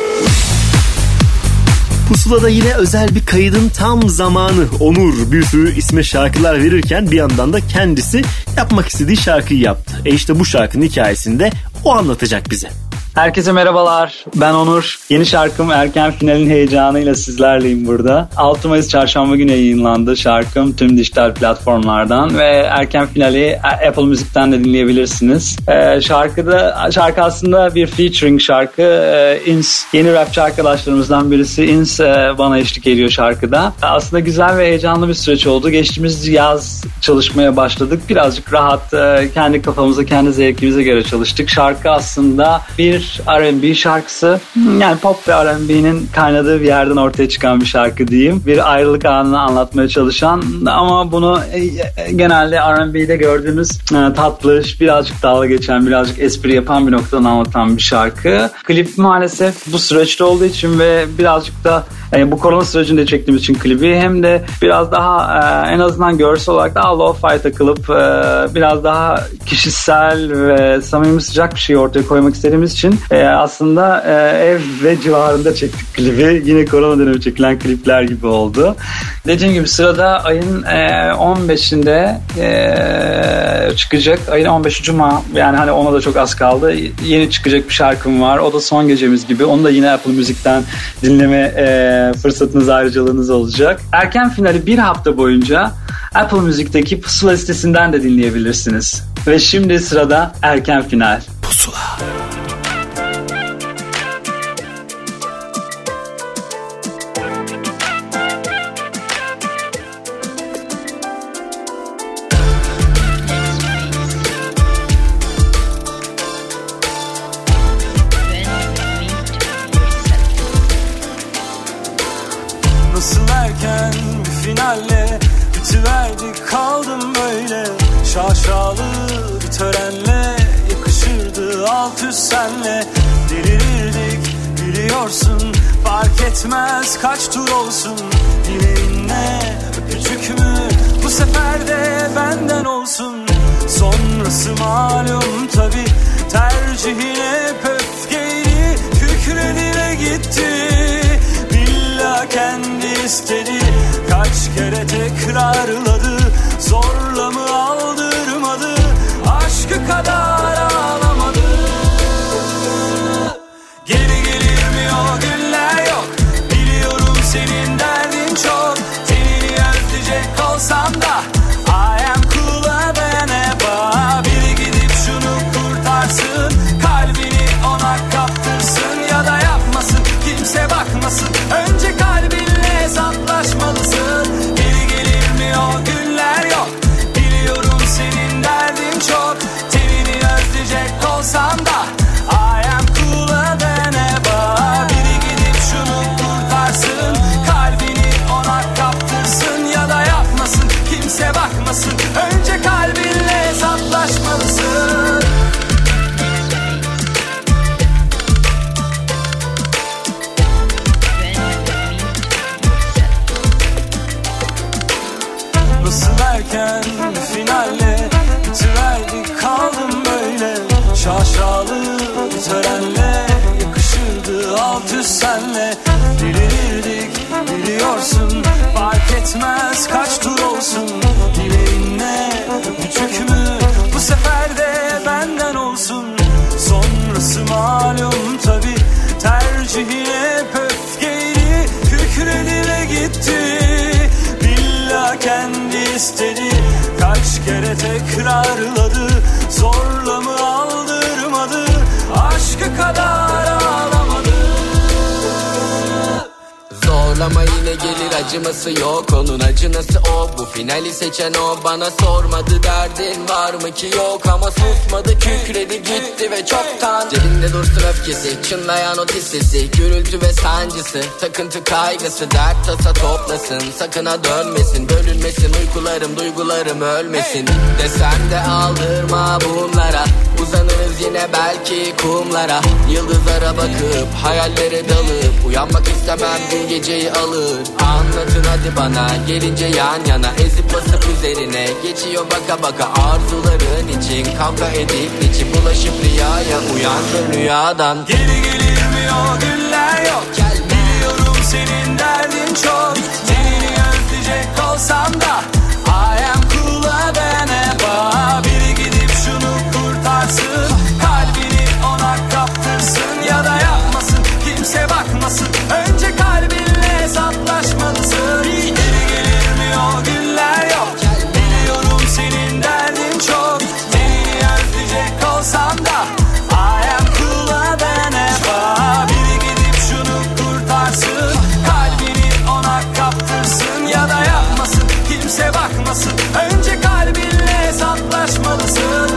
Pusula'da yine özel bir kaydın tam zamanı. Onur bir sürü isme şarkılar verirken bir yandan da kendisi yapmak istediği şarkıyı yaptı. İşte bu şarkının hikayesini de o anlatacak bize. Herkese merhabalar, ben Onur. Yeni şarkım Erken Final'in heyecanıyla sizlerleyim burada. 6 Mayıs Çarşamba günü yayınlandı şarkım tüm dijital platformlardan ve Erken Final'i Apple Music'ten de dinleyebilirsiniz. Şarkı aslında bir featuring şarkı. Ins, yeni rapçi arkadaşlarımızdan birisi Ins bana eşlik ediyor şarkıda. Aslında güzel ve heyecanlı bir süreç oldu. Geçtiğimiz yaz çalışmaya başladık. Birazcık rahat, kendi kafamıza, kendi zevkimize göre çalıştık. Şarkı aslında bir R&B şarkısı. Yani pop ve R&B'nin kaynadığı bir yerden ortaya çıkan bir şarkı diyeyim. Bir ayrılık anını anlatmaya çalışan ama bunu genelde R&B'de gördüğümüz tatlış, birazcık dalga geçen, birazcık espri yapan bir noktadan anlatan bir şarkı. Klip maalesef bu süreçte olduğu için ve birazcık da bu korona sürecinde çektiğimiz için klibi hem de biraz daha en azından görsel olarak daha lo-fi takılıp biraz daha kişisel ve samimi sıcak bir şey ortaya koymak istediğimiz için aslında ev ve civarında çektik klibi. Yine korona dönemi çekilen klipler gibi oldu. Dediğim gibi sırada ayın 15'inde çıkacak. Ayın 15 Cuma, yani hani ona da çok az kaldı. Yeni çıkacak bir şarkım var. O da Son Gecemiz gibi. Onu da yine Apple Music'ten dinleme fırsatınız, ayrıcalığınız olacak. Erken Final'i bir hafta boyunca Apple Music'teki Pusula listesinden de dinleyebilirsiniz. Ve şimdi sırada Erken Final. Pusula. Nasıl erken bir finalle bitiverdik, kaldım böyle. Şaşalı bir törenle yakışırdı alt üst senle. Delirirdik biliyorsun, fark etmez kaç tur olsun. Dileğinle öpücük mü bu sefer de benden olsun. Sonrası malum tabi, tercihine öfkeydi, kükredi ve gitti. Billa kendi istedi, kaç Kaç kere tekrarladı, zorla mı aldırmadı, aşkı kadar ağlamadı. Geri gelir mi o günler, yok. Biliyorum senin derdin çok. Tenini özleyecek olsam da I am cool'a dayanaba. Biri gidip şunu kurtarsın, kalbini ona kaptırsın ya da yapmasın, kimse bakmasın. Önce kalbinle hesaplaşmalısın. Geri gelir mi o günler, yok. Biliyorum senin derdin çok. Tenini özleyecek olsam da I am cool'a dayanaba. Biri gidip şunu kurtarsın, kalbini ona kaptırsın ya da yapmasın, kimse bakmasın. Önce kalbinle hesaplaşmalısın. Nasıl erken finalle bitiverdik, kaldım böyle. Şaşalı törenle yakışırdı alt üst senle. Delirdik biliyorsun, fark etmez kaç tur olsun. Dileğinle küçük mü bu sefer de benden olsun. Sonrası malum tabi, tercihin hep öfkeydi. Kükredi ve gitti, billah kendi istedi. Kaç kere tekrarladı, zorla mı aldırmadı, aşkı kadar ağlamadı. Zorlama yine gelir, acıması yok, onun acınası o. Bu finali seçen o, bana sormadı derdin var mı ki yok. Ama susmadı, kükredi gitti ve çoktan cebinde dursun öfkesi, çınlayan o tiz sesi, gürültü ve sancısı, takıntı kaygısı, dert tasa toplasın. Sakın ha dönmesin, bölünmesin uykularım, duygularım ölmesin. Desem de aldırma bunlara, uzanırız yine belki kumlara. Yıldızlara bakıp hayallere dalıp, uyanmak istemem gün geceyi alır. Anlatın hadi bana, gelince yan yana, ezip basıp üzerine geçiyor baka baka. Arzuların için kavga edip içi bulaşıp rüyaya, uyandı rüyadan. Geri gelir mi o günler, yok. Biliyorum senin derdin çok. Tenini özleyecek olsam da I am cool'a dayanaba. Biri gidip şunu kurtarsın, kalbini ona kaptırsın ya da yapmasın, kimse bakmasın. Önce kalbinle hesaplaşmalısın. Geri gelir mi o günler, yok. Biliyorum senin derdin çok. Tenini özleyecek olsam da I am cool'a dayanaba. Biri gidip şunu kurtarsın, kalbini ona kaptırsın ya da yapmasın, kimse bakmasın. Önce kalbinle hesaplaşmalısın.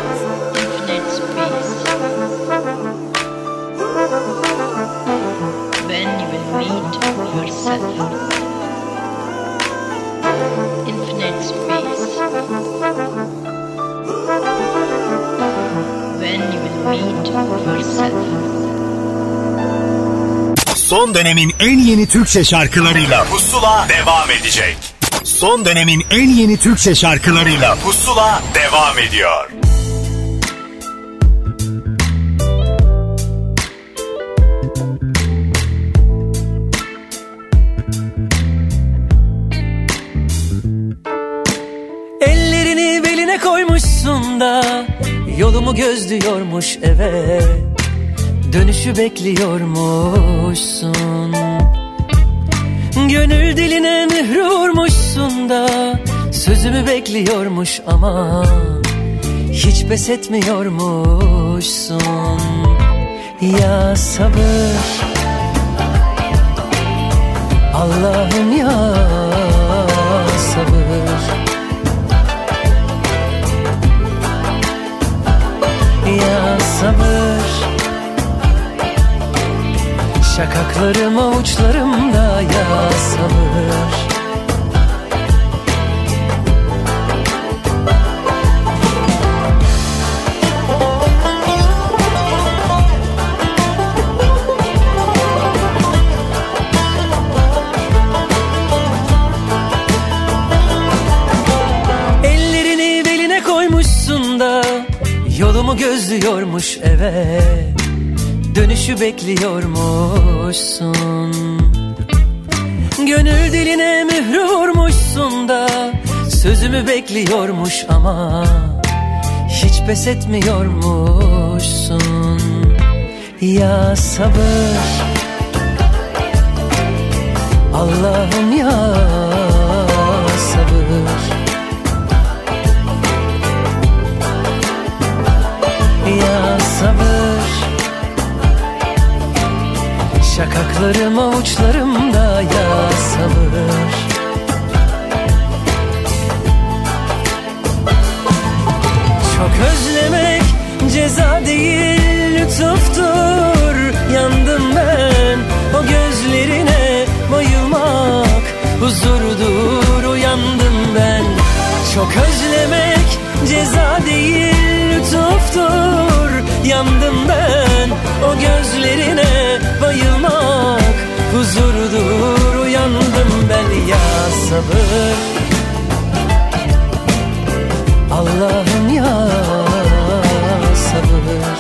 When you will meet yourself. Infinite space. When you will meet yourself. Son dönemin en yeni Türkçe şarkılarıyla Pusula devam edecek. Son dönemin en yeni Türkçe şarkılarıyla Pusula devam ediyor. Ellerini beline koymuşsun da yolumu gözlüyormuş eve. Dönüşü bekliyormuşsun. Gönül diline mührü vurmuşsun da sözümü bekliyormuş ama hiç pes etmiyormuşsun. Ya sabır Allah'ım, ya sabır. Ya sabır, şakaklarım avuçlarımda, ya sabır. Ellerini beline koymuşsun da yolumu gözlüyormuş eve. Dönüşü bekliyormuşsun. Gönül diline mührü vurmuşsun da sözümü bekliyormuş ama hiç pes etmiyormuşsun. Ya sabır, Allah'ım ya sabır. Ya sabır, şakaklarım avuçlarımda ya sabır. Çok özlemek ceza değil lütuftur. Yandım ben o gözlerine, bayılmak huzurdur. Uyandım ben. Çok özlemek ceza değil lütuftur. Yandım ben o gözlerine, bayılmak huzurdur. Uyandım ben ya sabır, Allah'ım ya sabır.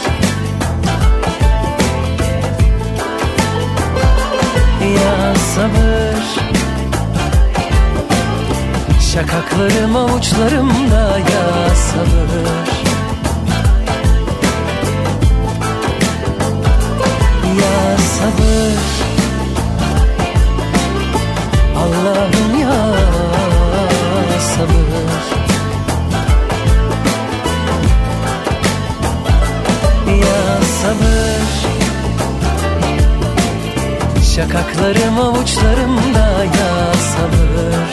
Ya sabır, şakaklarım avuçlarımda ya sabır. Ya sabır, Allah'ım ya sabır. Ya sabır, şakaklarım avuçlarımda ya sabır.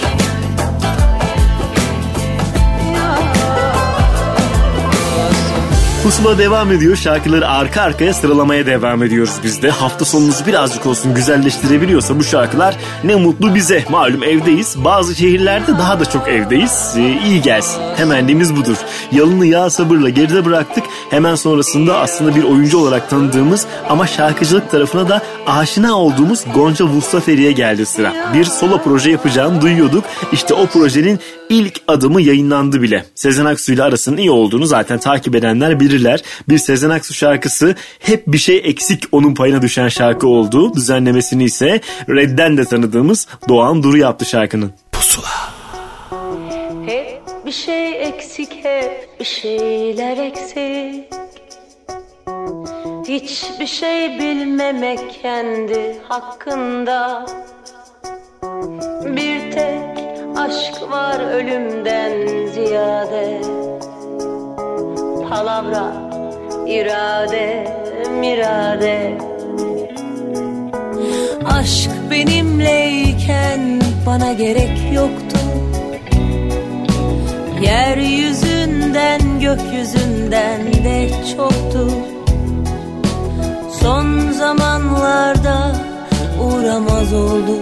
Pusula devam ediyor. Şarkıları arka arkaya sıralamaya devam ediyoruz biz de. Hafta sonunuzu birazcık olsun güzelleştirebiliyorsa bu şarkılar ne mutlu bize. Malum evdeyiz. Bazı şehirlerde daha da çok evdeyiz. İyi gelsin. Temennimiz budur. Yalını ya sabırla geride bıraktık. Hemen sonrasında aslında bir oyuncu olarak tanıdığımız ama şarkıcılık tarafına da aşina olduğumuz Gonca Vustaferi'ye geldi sıra. Bir solo proje yapacağını duyuyorduk. İşte o projenin ilk adımı yayınlandı bile. Sezen Aksu ile arasının iyi olduğunu zaten takip edenler bilirler. Bir Sezen Aksu şarkısı hep bir şey eksik onun payına düşen şarkı oldu. Düzenlemesini ise Red'den de tanıdığımız Doğan Duru yaptı şarkının. Pusula. Hep bir şey eksik, hep bir şeyler eksik. Hiçbir şey bilmemek kendi hakkında. Bir tek aşk var ölümden ziyade. Palavra, irade, mirade. Aşk benimleyken bana gerek yoktu. Yeryüzünden gökyüzünden de çoktu. Son zamanlarda uğramaz oldu.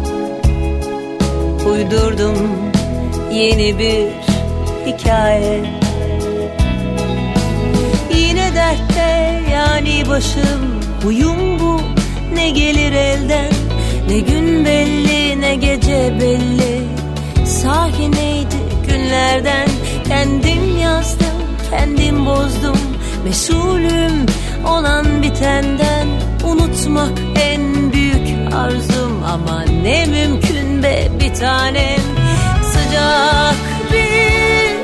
Uydurdum yeni bir hikaye. Yine dertte yani başım, huyum bu. Ne gelir elden, ne gün belli, ne gece belli. Sahi neydi günlerden, kendim yazdım, kendim bozdum. Mesulüm olan bitenden, unutmak en büyük arzum. Ama ne mümkün be bir tanem, sıcak bir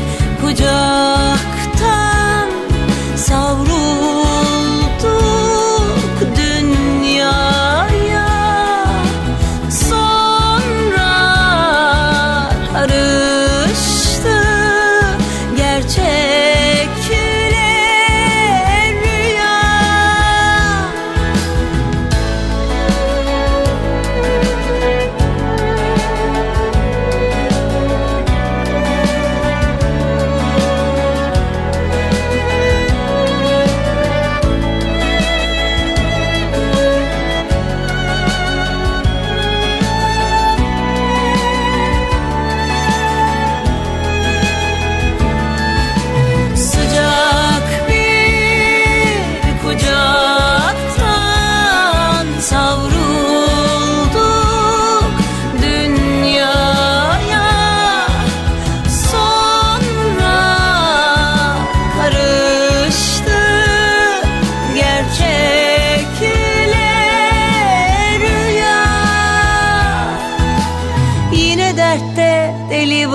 kucaktan savrulduk dünyaya. Sonra karıştı gerçekle rüya.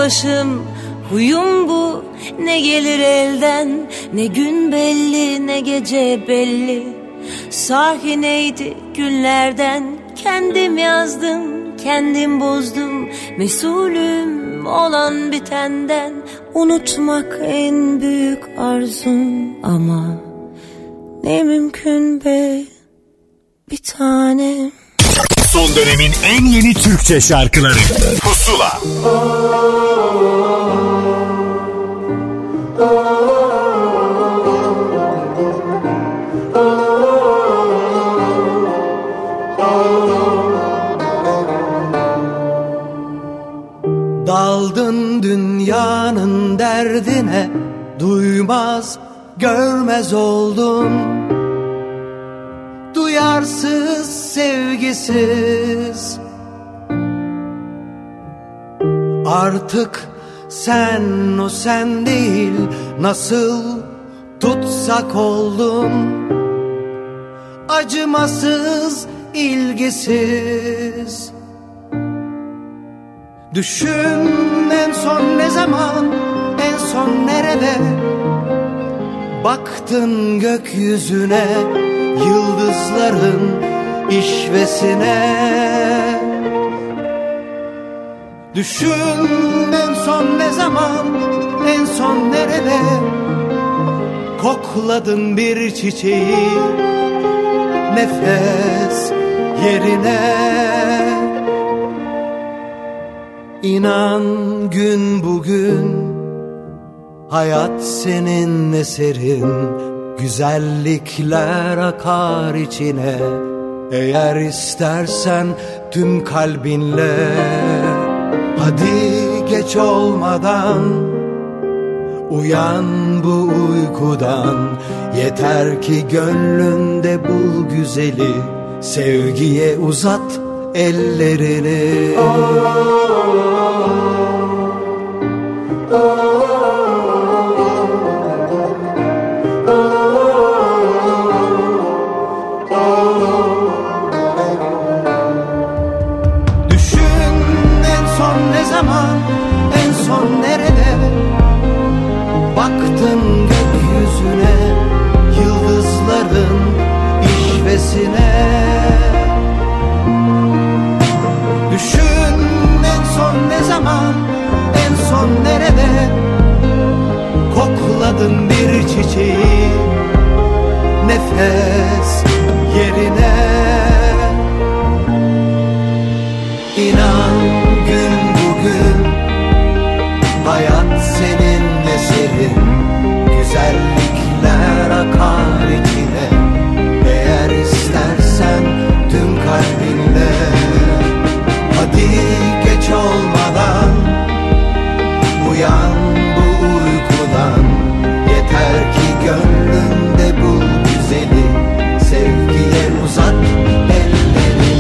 başım, huyum bu. Ne gelir elden, ne gün belli, ne gece belli. Sahi neydi günlerden, kendim yazdım, kendim bozdum. Mesulüm olan bitenden, unutmak en büyük arzum. Ama ne mümkün be bir tanem. Son dönemin en yeni Türkçe şarkıları Pusula. Daldın dünyanın derdine, duymaz görmez oldun. Duyarsız, sevgisiz. Artık sen o sen değil, nasıl tutsak oldun. Acımasız, ilgisiz. Düşün en son ne zaman, en son nerede? Baktın gökyüzüne, yıldızların işvesine. Düşün en son ne zaman, en son nerede? Kokladın bir çiçeği, nefes yerine. İnan gün bugün, hayat senin eserin. Güzellikler akar içine, eğer istersen tüm kalbinle. Hadi geç olmadan uyan bu uykudan. Yeter ki gönlünde bul güzeli, sevgiye uzat ellerini. Baktın gökyüzüne, yıldızların işvesine. Düşün en son ne zaman, en son nerede? Kokladın bir çiçeği, nefes yerine. İnan gün bugün, hayat senin eserin. Güzellikler akar içine, eğer istersen tüm kalbinle. Hadi geç olmadan uyan bu uykudan. Yeter ki gönlünde bul güzeli, sevgiye uzat ellerini.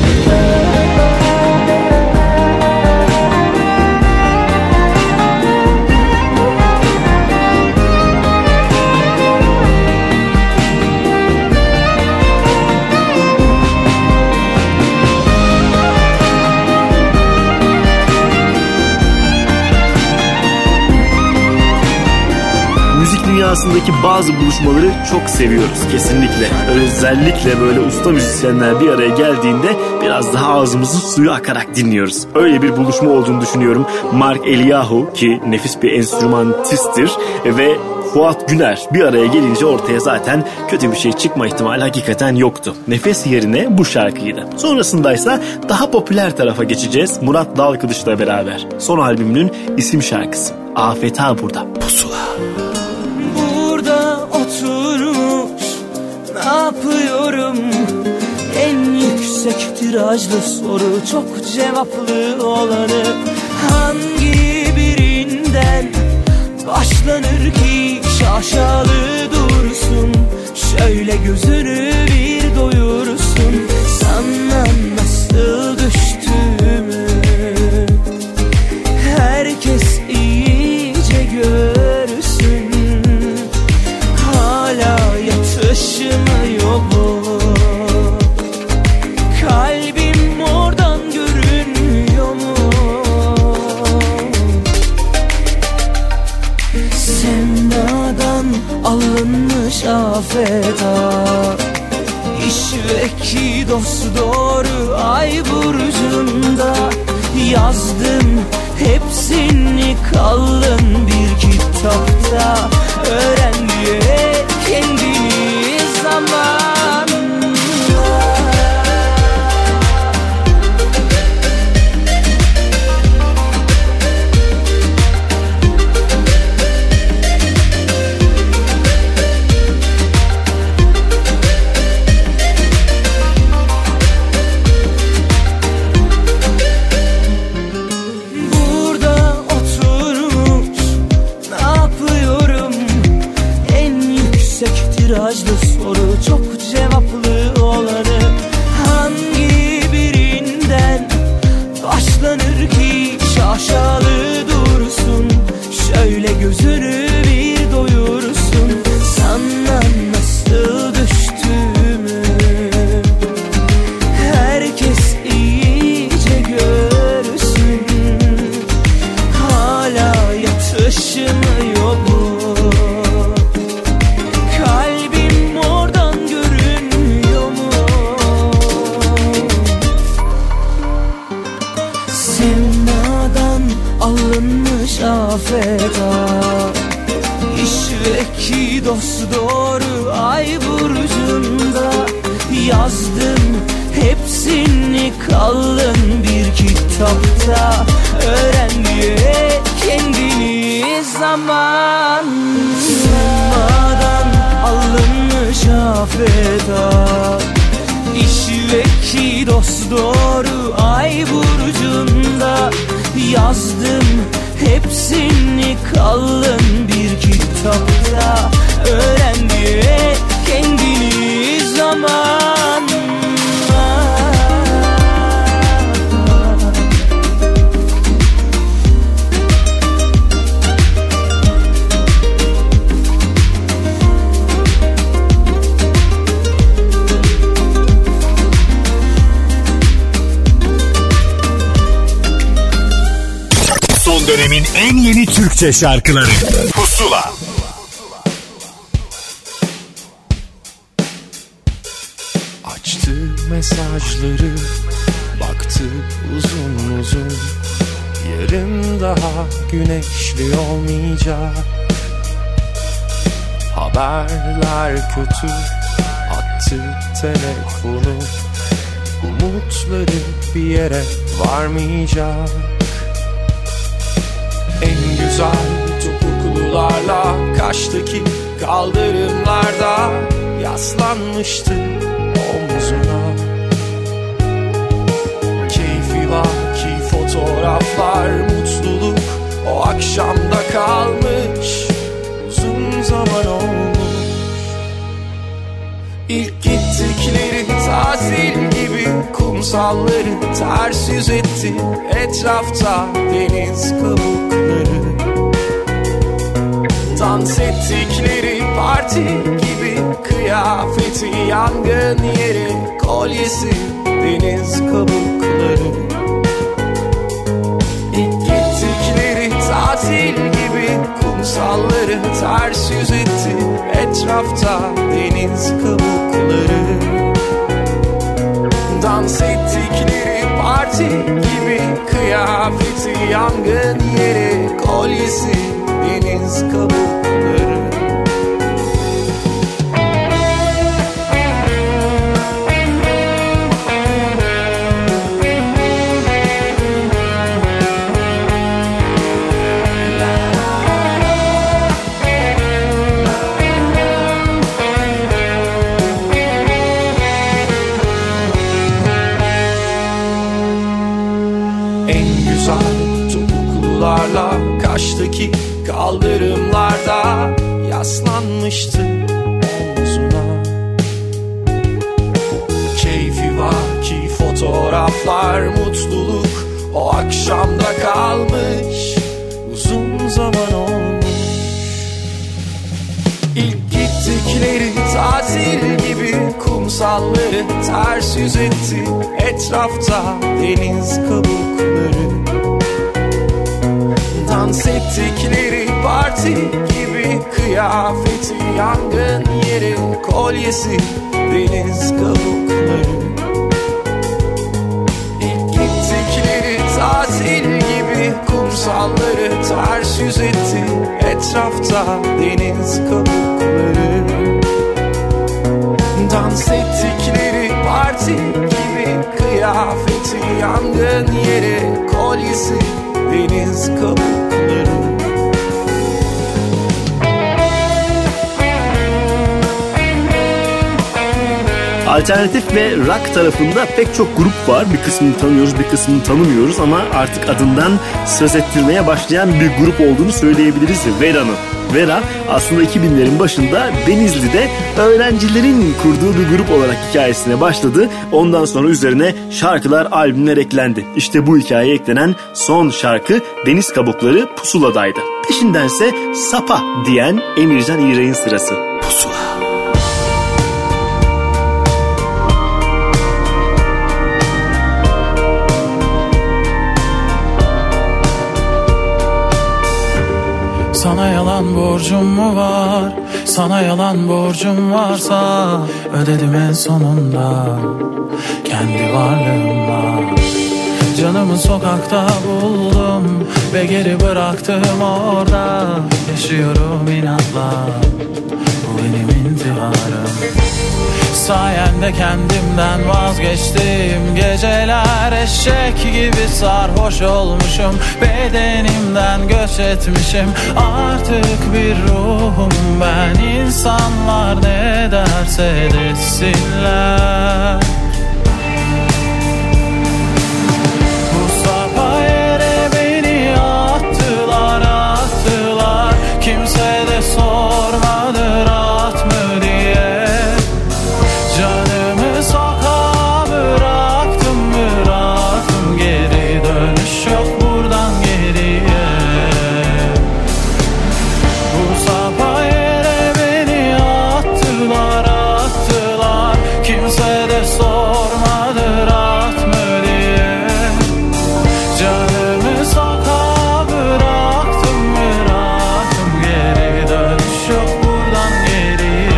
Dünyasındaki bazı buluşmaları çok seviyoruz kesinlikle. Özellikle böyle usta müzisyenler bir araya geldiğinde biraz daha ağzımızın suyu akarak dinliyoruz. Öyle bir buluşma olduğunu düşünüyorum. Mark Eliyahu ki nefis bir enstrümantisttir ve Fuat Güner bir araya gelince ortaya zaten kötü bir şey çıkma ihtimali hakikaten yoktu. Nefes yerine bu şarkıydı. Sonrasındaysa daha popüler tarafa geçeceğiz. Murat Dalkılıç'la beraber. Son albümünün isim şarkısı. Afet ha burada. Pusula. Oturmuş ne yapıyorum? En yüksek tirajlı soru, çok cevaplı olanı hangi birinden başlanır ki şaşalı dursun? Şöyle gözünü bir doyursun, sana nasıl düştüğümü herkes iyice görsün. Hala yatışmıyor mu? Kalbim oradan görünmüyor mu? dosdoğru ay burcunda yazdım hepsini kalın bir kitapta. Öğren diye kendini zamanla. Tirajlı soru çok cevaplı olanı hangi birinden başlanır ki şaşalı dursun, şöyle gözünü bir doyursun. Sana nasıl düştüğümü herkes iyice görsün. Hala yatışmıyor bu. Feda İşveki dosdoğru ay burcunda yazdım hepsini kalın bir kitapta. Öğren diye kendini zamandan alınmış afeta. İşveki dosdoğru ay burcunda yazdım hepsini kalın bir kitapta. Öğren diye kendini zamanla. Son dönemin en yeni Türkçe şarkıları Pusula. Açtı mesajları, baktı uzun uzun. Yarın daha güneşli olmayacak. Haberler kötü, attı telefonu. Umutları bir yere varmayacak. En güzel topuklularla Kaş'taki kaldırımlarda yaslanmıştı omzuna. Keyfi vaki fotoğraflar, mutluluk o akşamda kalmış. Uzun zaman olmuş. İlk gittikleri tatil gibi kumsalları ters yüz etti. Etrafta deniz kabukları. Dans ettikleri parti gibi kıyafeti yangın yeri, kolyesi deniz kabukları. İlk gittikleri tatil gibi kumsalları ters yüz etti. Etrafta deniz kabukları. Dans ettikleri parti gibi kıyafeti yangın yeri, kolyesi deniz kabukları. Kaş'taki kaldırımlarda yaslanmıştı omzuna. Keyfi vaki fotoğraflar, mutluluk o akşamda kalmış. Uzun zaman olmuş. İlk gittikleri tatil gibi kumsalları ters yüz etti. Etrafta deniz kabukları. Dans ettikleri parti gibi kıyafeti yangın yeri, kolyesi deniz kabukları. yoksa deniz kabukları. Dans ettikleri parti gibi kıyafeti, yangın yeri, kolyesi, deniz kabukları. Alternatif ve rock tarafında pek çok grup var. Bir kısmını tanıyoruz, bir kısmını tanımıyoruz ama artık adından söz ettirmeye başlayan bir grup olduğunu söyleyebiliriz Vera'nın. Vera aslında 2000'lerin başında Denizli'de öğrencilerin kurduğu bir grup olarak hikayesine başladı. Ondan sonra üzerine şarkılar, albümler eklendi. İşte bu hikayeye eklenen son şarkı Deniz Kabukları Pusula'daydı. Peşindense Sapa diyen Emircan İğrek'in sırası. Pusula. Sana yalan borcum mu var? Sana yalan borcum varsa ödedim en sonunda kendi varlığımla. Canımı sokakta buldum ve geri bıraktım orada. Yaşıyorum inatla, bu benim intiharım. Sayende kendimden vazgeçtim. Geceler eşek gibi sarhoş olmuşum. Bedenimden göç etmişim. Artık bir ruhum ben. İnsanlar ne derse desinler. Bu sapa yere beni attılar, attılar. Kimse de sormadı rahat mı diye. Canımı sokağa bıraktım, bıraktım. Geri dönüş yok buradan geriye. Bu sapa yere beni attılar, attılar. Kimse de sormadı rahat mı diye. Canımı sokağa bıraktım, bıraktım. Geri dönüş yok buradan geriye.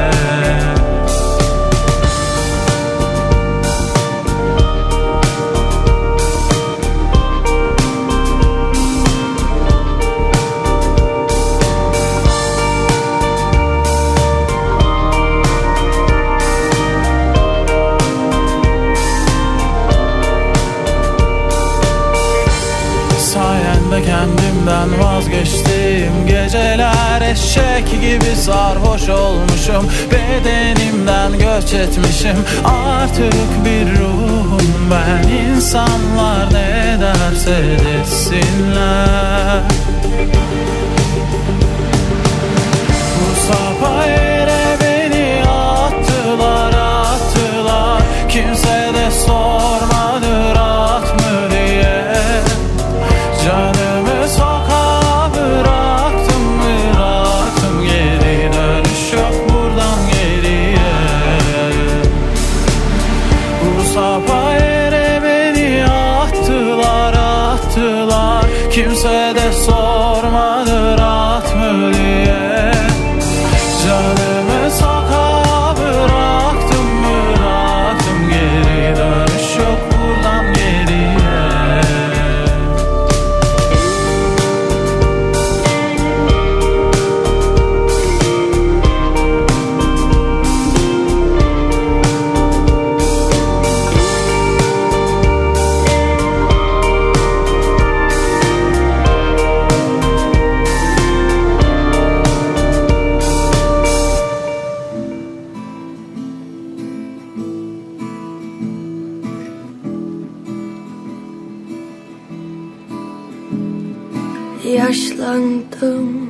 Sayende kendimden vazgeçtim. Geceler eşek gibi sarhoş olmuşum. Bedenimden göç etmişim. Artık bir ruhum ben. İnsanlar ne derse desinler. Bu sapa yere beni attılar, attılar. Kimse de sormadı rahat mı diye. Canımı sokağa bıraktım, bıraktım. Geri dönüş yok buradan geriye. Bu sapa yere beni attılar, attılar. Kimse de sormadı rahat mı diye. Canımı sokağa bıraktım, bıraktım. Geri dönüş yok buradan geriye. Yaşlandım,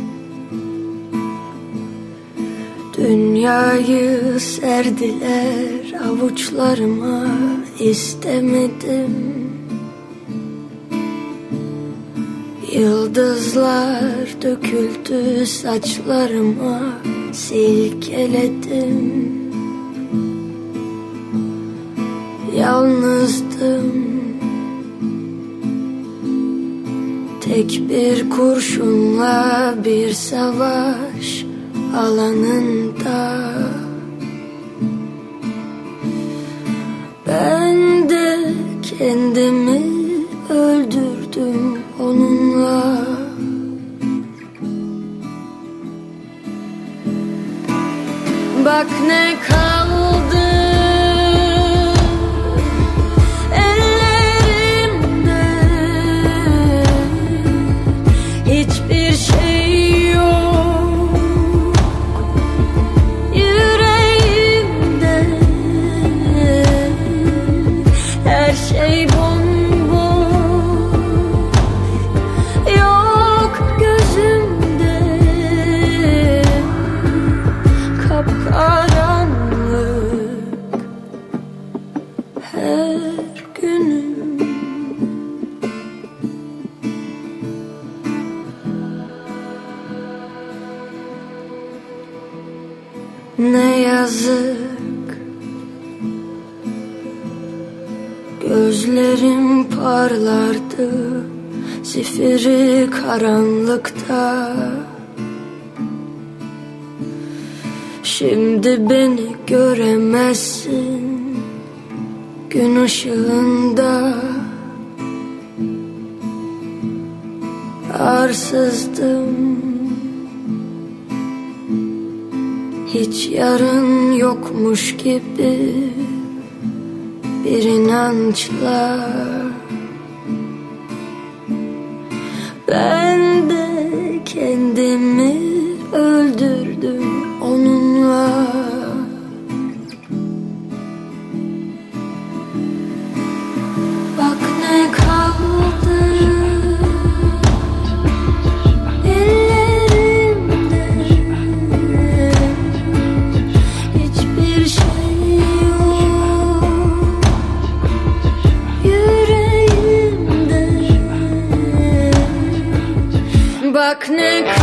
dünyayı serdiler avuçlarıma, istemedim. Yıldızlar döküldü saçlarıma, silkeledim. Yalnızdım, tek bir kurşunla bir savaş alanında. Ben de kendimi öldürdüm onunla. Bak ne kaldı ellerimde, hiçbir şey yok yüreğimde, her şey bomboş, yok gözümde, kapkaranlık her günüm. Ne yazık, gözlerim parlardı zifiri karanlıkta. Şimdi beni göremezsin gün ışığında. Arsızdım, hiç yarın yokmuş gibi bir inançla. Ben de kendimi öldürdüm onunla. Bak ne kaldı ellerimde, hiçbir şey yok yüreğimde. Bak ne kaldı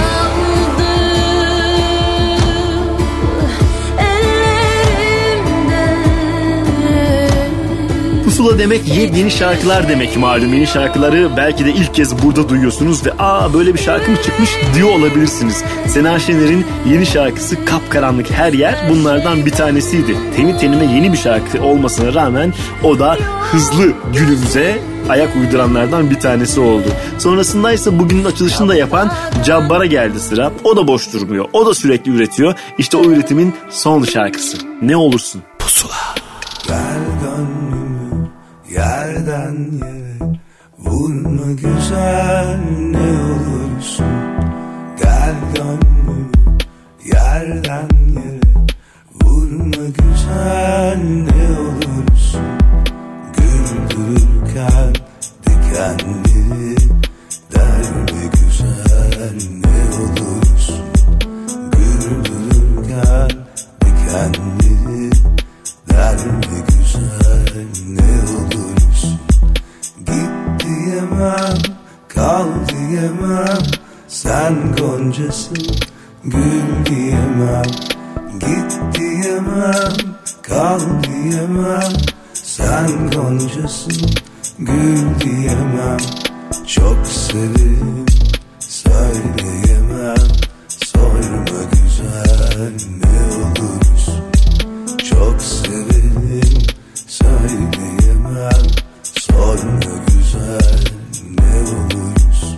Pusula demek yeni şarkılar demek malum. Yeni şarkıları belki de ilk kez burada duyuyorsunuz ve böyle bir şarkı mı çıkmış diyor olabilirsiniz. Sena Şener'in yeni şarkısı Kapkaranlık Her Yer bunlardan bir tanesiydi. Teni tenime yeni bir şarkı olmasına rağmen o da hızlı günümüze ayak uyduranlardan bir tanesi oldu. Sonrasında ise bugünün açılışını da yapan Cabbar'a geldi sıra. O da boş durmuyor. O da sürekli üretiyor. İşte o üretimin son şarkısı. Ne olursun. Pusula. Gel gönlümü yerden yere vurma güzel ne olursun. Gel gönlümü yerden yere vurma güzel ne olursun. Güldürürken dikenleri derme güzel ne olursun. Güldürürken dikenleri derme güzel ne olursun. Git diyemem, kal diyemem, sen goncasın, gül diyemem. Git diyemem, kal diyemem, sen goncasın, gül diyemem. Çok severim, söyleyemem, sorma güzel ne olursun. Çok severim, söyleyemem, sorma güzel ne olursun.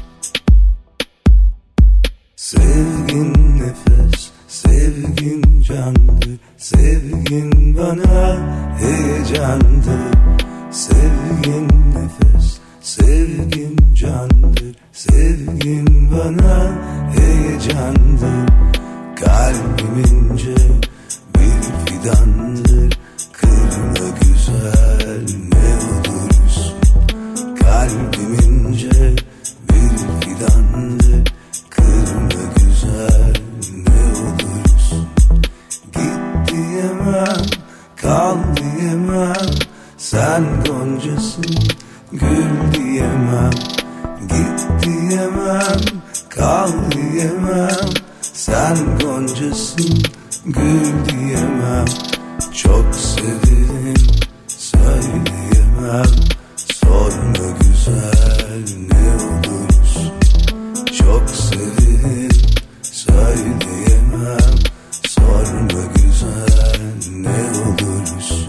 Sevgin nefes, sevgin candır, sevgin bana heyecandır. Sevgin nefes, sevgin candır, sevgin bana heyecandır. Kalbim ince bir fidandır, kırma güzel ne olursun. Kalbim ince bir fidandır, kırma güzel ne olursun. Git diyemem, kal diyemem, sen goncasın, gül diyemem. Git diyemem, kal diyemem, sen goncasın, gül diyemem. Çok severim, söyleyemem, sorma güzel ne olursun. Çok severim, söyleyemem, sorma güzel ne olursun.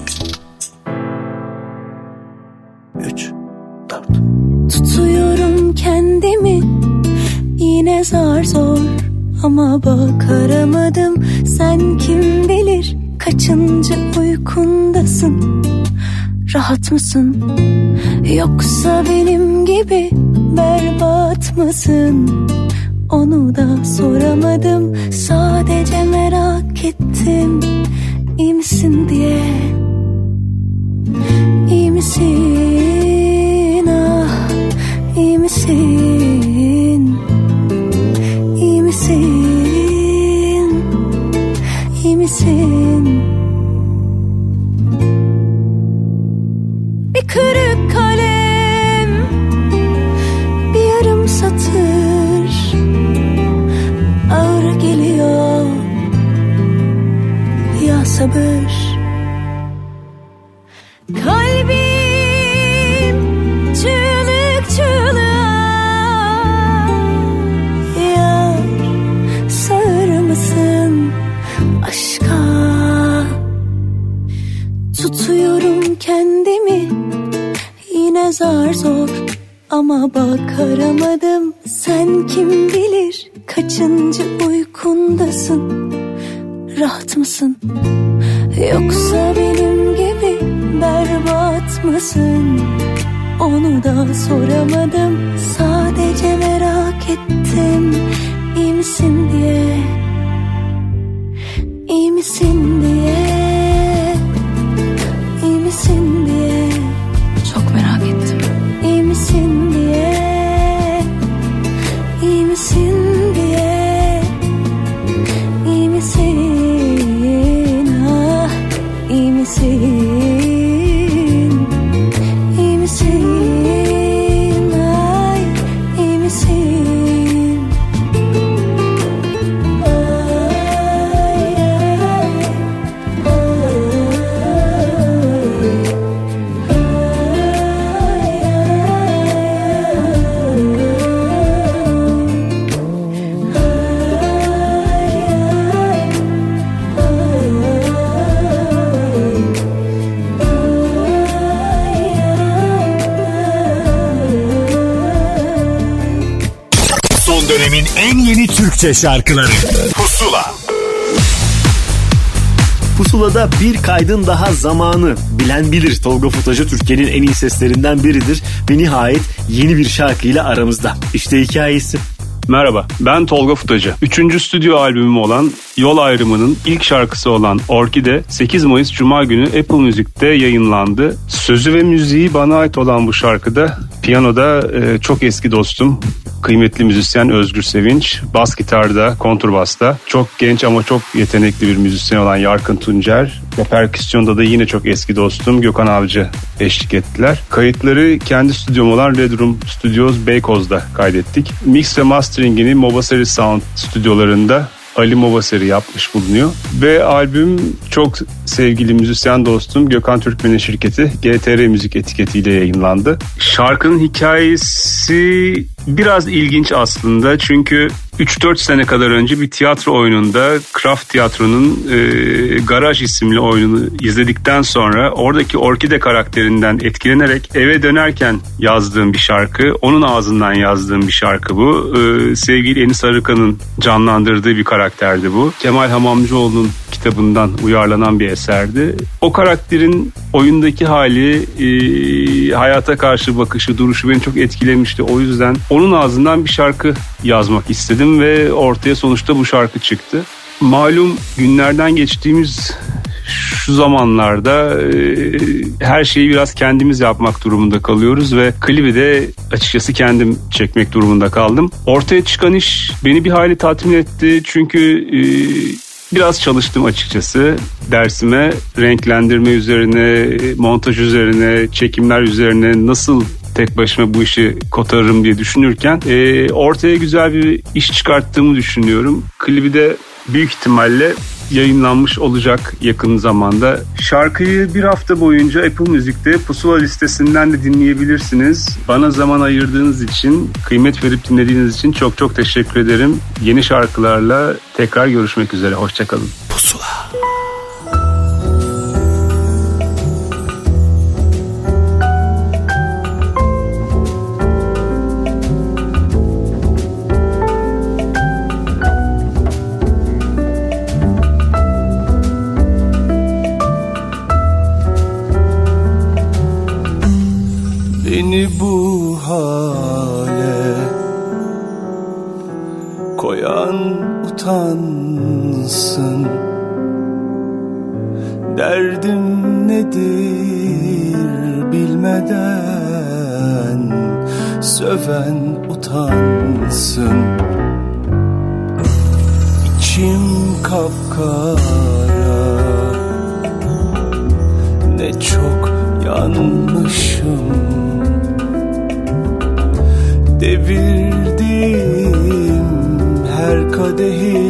3, 4. Tutuyorum kendimi yine zar zor ama bak aramadım. Sen kim bilir kaçıncı uykundasın? Rahat mısın? Yoksa benim gibi berbat mısın? Onu da soramadım. Sadece merak ettim. İyi misin diye. İyi misin? Ah, iyi misin? İyi misin? İyi misin? Bir kırık kalem, bir yarım satır, ağır geliyor ya sabır. Kalbim çığlık çığlığa, yar sağır mısın aşka? Tutuyorum kendimi yine zar zor, ama bak aramadım. Sen kim bilir kaçıncı uykundasın? Rahat mısın? Yoksa benim gibi berbat mısın? Onu da soramadım. Sadece merak ettim. İyi misin diye. İyi misin diye. İyi misin diye. Çok merak ettim. İyi misin diye. İyi misin diye. İyi misin? Ah, iyi misin? İyi misin? Ay, iyi misin? Son dönemin en yeni Türkçe şarkıları Pusula. Pusula'da bir kaydın daha zamanı. Bilen bilir, Tolga Futacı Türkiye'nin en iyi seslerinden biridir ve nihayet yeni bir şarkıyla aramızda. İşte hikayesi. Merhaba, ben Tolga Futacı. 3. stüdyo albümüm olan Yol Ayrımı'nın ilk şarkısı olan Orkide 8 Mayıs Cuma günü Apple Music'te yayınlandı. Sözü ve müziği bana ait olan bu şarkıda piyanoda çok eski dostum, kıymetli müzisyen Özgür Sevinç, bas gitarda, kontrbasta çok genç ama çok yetenekli bir müzisyen olan Yarkın Tuncer ve perküsyonda da yine çok eski dostum Gökhan Avcı eşlik ettiler. Kayıtları kendi stüdyom olan Red Room Studios Beykoz'da kaydettik. Mix ve masteringini Mobaseri Sound stüdyolarında Ali Mobaseri yapmış bulunuyor. Ve albüm çok sevgili müzisyen dostum Gökhan Türkmen'in şirketi GTR Müzik etiketiyle yayınlandı. Şarkının hikayesi biraz ilginç aslında, çünkü 3-4 sene kadar önce bir tiyatro oyununda Kraft Tiyatro'nun Garaj isimli oyununu izledikten sonra oradaki Orkide karakterinden etkilenerek eve dönerken yazdığım bir şarkı. Onun ağzından yazdığım bir şarkı bu. Sevgili Enis Arıkan'ın canlandırdığı bir karakterdi bu. Kemal Hamamcıoğlu'nun kitabından uyarlanan bir eserdi. O karakterin oyundaki hali, hayata karşı bakışı, duruşu beni çok etkilemişti. O yüzden onun ağzından bir şarkı yazmak istedim ve ortaya sonuçta bu şarkı çıktı. Malum günlerden geçtiğimiz şu zamanlarda her şeyi biraz kendimiz yapmak durumunda kalıyoruz ve klibi de açıkçası kendim çekmek durumunda kaldım. Ortaya çıkan iş beni bir hayli tatmin etti, çünkü biraz çalıştım açıkçası. Dersime renklendirme üzerine, montaj üzerine, çekimler üzerine nasıl tek başıma bu işi kotarırım diye düşünürken ortaya güzel bir iş çıkarttığımı düşünüyorum. Klibi de büyük ihtimalle yayınlanmış olacak yakın zamanda. Şarkıyı bir hafta boyunca Apple Music'te Pusula listesinden de dinleyebilirsiniz. Bana zaman ayırdığınız için, kıymet verip dinlediğiniz için çok çok teşekkür ederim. Yeni şarkılarla tekrar görüşmek üzere. Hoşçakalın. Pusula. Beni bu hale koyan utansın. Derdim nedir bilmeden söven utansın. İçim kapkara, ne çok yanmışım. Devirdim her kadehi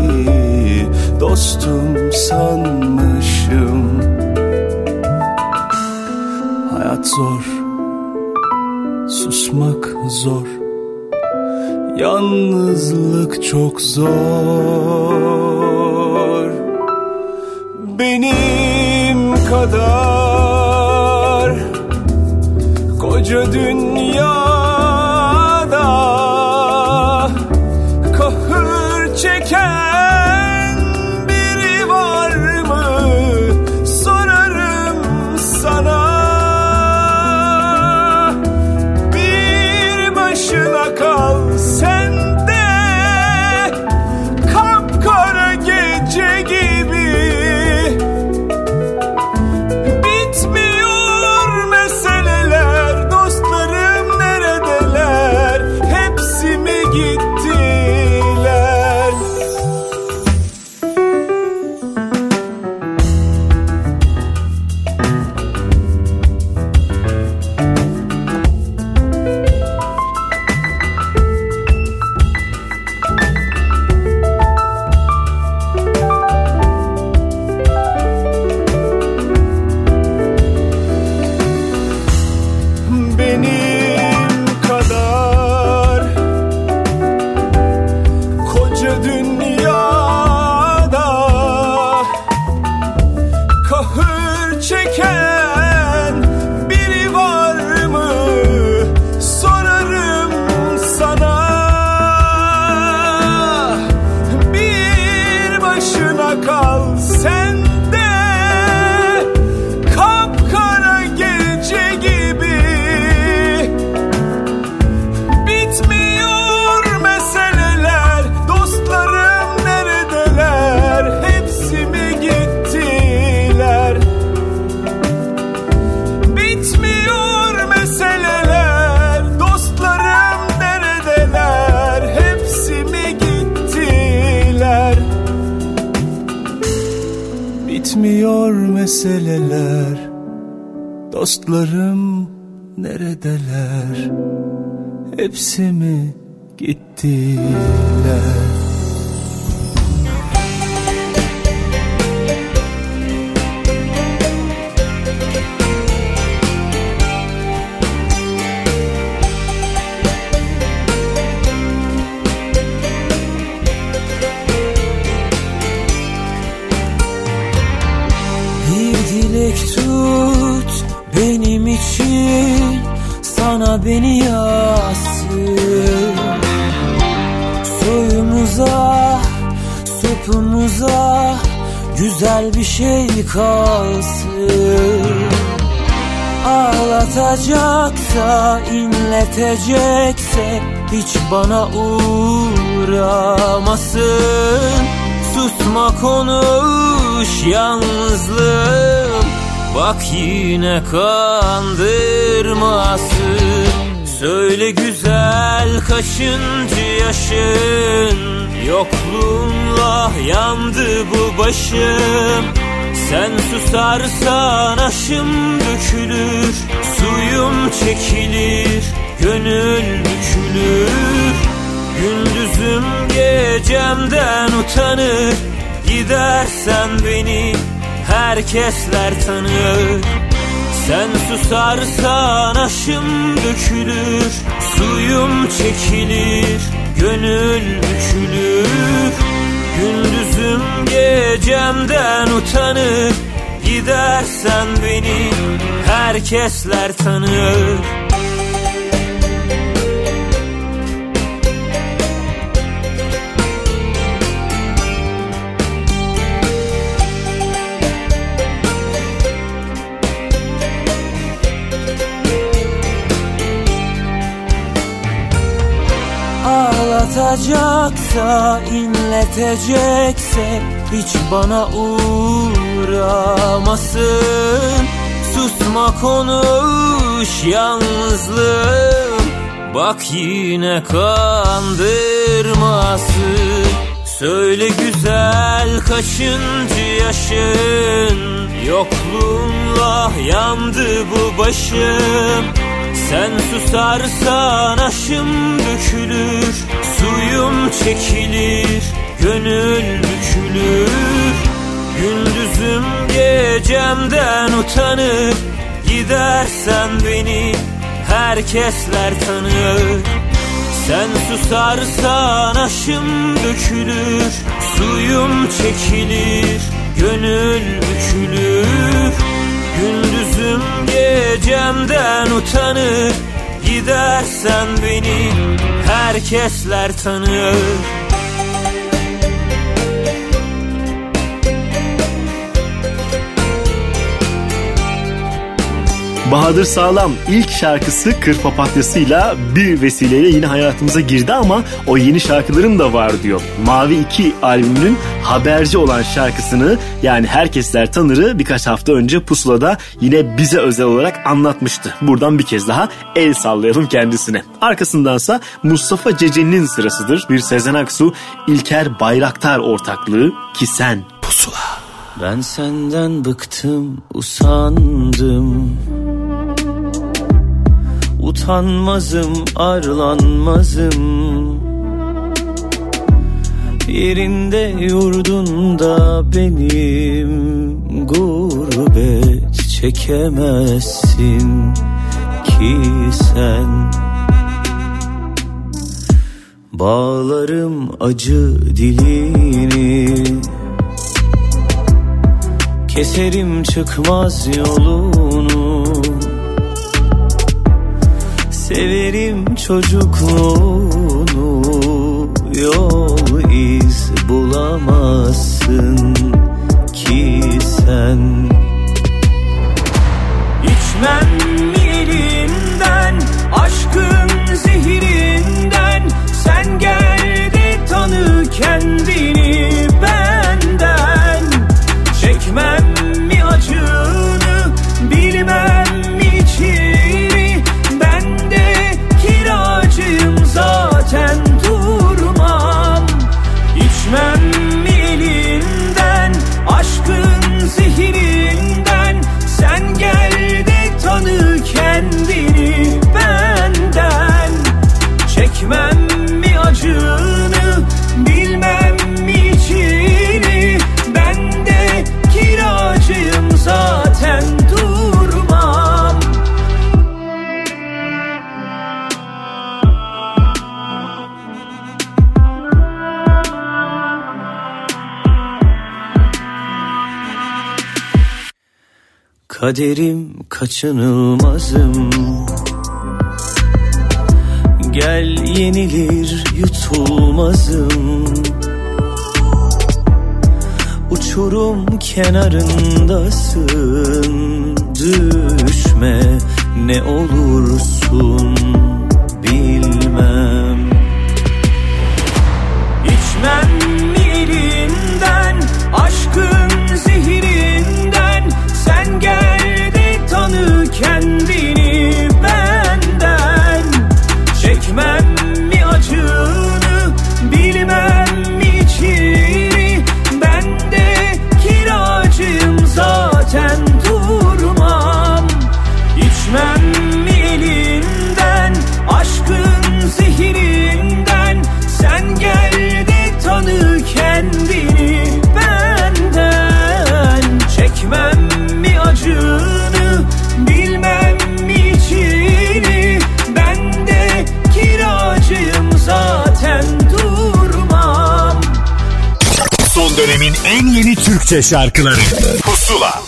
dostum sanmışım. Hayat zor, susmak zor, yalnızlık çok zor. Benim kadar koca dünyada kahır çeken biri var mı? Sorarım sana. Bir başına kal sen de, kapkara gece gibi. Bitmiyor meseleler, dostlarım neredeler? Hepsi mi gittiler? Benim kadar koca dünyada kahır çeken biri var mı? Sorarım sana. Bir başına kal sen de, kapkara gece gibi. Bitmiyor meseleler, dostlarım neredeler? Hepsi mi gittiler? Bitmiyor meseleler, dostlarım neredeler? Hepsi mi gittiler? Bitmiyor meseleler, dostlarım neredeler? Hepsi mi gittiler? Bir dilek tut benim için, sana beni yazsın. Soyumuza, sopumuza güzel bir şey kalsın. Ağlatacaksa, inletecekse hiç bana uğramasın. Susma, konuş yalnızlığım, bak yine kandırmasın. Söyle güzel kaçıncı yaşın, yokluğunla yandı bu başım. Sen susarsan aşım dökülür, suyum çekilir, gönül bükülür. Gündüzüm gecemden utanır, gidersen beni herkesler tanır. Sen susarsan aşım dökülür, suyum çekilir, gönül bükülür. Gündüzüm gecemden utanır, gidersen beni herkesler tanır. Ağlatacaksa, inletecekse hiç bana uğramasın. Susma, konuş, yalnızlığım bak yine kandırmasın. Söyle güzel, kaçıncı yaşın? Yokluğunla yandı bu başım. Sen susarsan aşım dökülür, suyum çekilir, gönül bükülür. Gündüzüm gecemden utanır, gidersen beni herkesler tanır. Sen susarsan aşım dökülür, suyum çekilir, gönül bükülür. Gündüzüm gecemden utanır, gidersen beni herkesler tanır. Bahadır Sağlam ilk şarkısı Kır Papatyası'yla bir vesileyle yine hayatımıza girdi ama o yeni şarkıların da var diyor. Mavi 2 albümünün Haberci olan şarkısını, yani Herkesler Tanır'ı birkaç hafta önce Pusula'da yine bize özel olarak anlatmıştı. Buradan bir kez daha el sallayalım kendisine. Arkasındansa Mustafa Ceceli'nin sırasıdır. Bir Sezen Aksu, İlker Bayraktar ortaklığı Ki Sen. Pusula. Ben senden bıktım, usandım. Utanmazım, arlanmazım. Yerinde yurdunda benim gurbet çekemezsin ki sen. Bağlarım acı dilini, keserim çıkmaz yolunu. Severim çocukluğunu, yol iz bulamazsın ki sen. İçmem elinden, aşkın zehirinden. Sen gel de tanı kendini benden. Çekmem mi acını, bilmem mi içini. Ben de kiracıyım zaten, durmam. İçmem mi elinden, aşkın zehirinden. Sen gel de tanı kendini benden. Çekmem mi acını, bilmem mi içini. Ben de kiracıyım zaten, durmam. Kaderim kaçınılmazım. Gel yenilir yutulmazım. Uçurum kenarındasın. Düşme ne olursun bilmem. İçmem elinden, aşkın zehirinden. Sen gel de tanı kendini benden. Çekmem mi acını, bilmem mi içini. Ben de kiracıyım zaten, durmam. İçmem mi elinden, aşkın zehirinden. Sen gel de tanı kendini benden. Çekmem mi acını, bilmem mi içini. Ben de kiracıyım zaten, durmam. Son dönemin en yeni Türkçe şarkıları Pusula.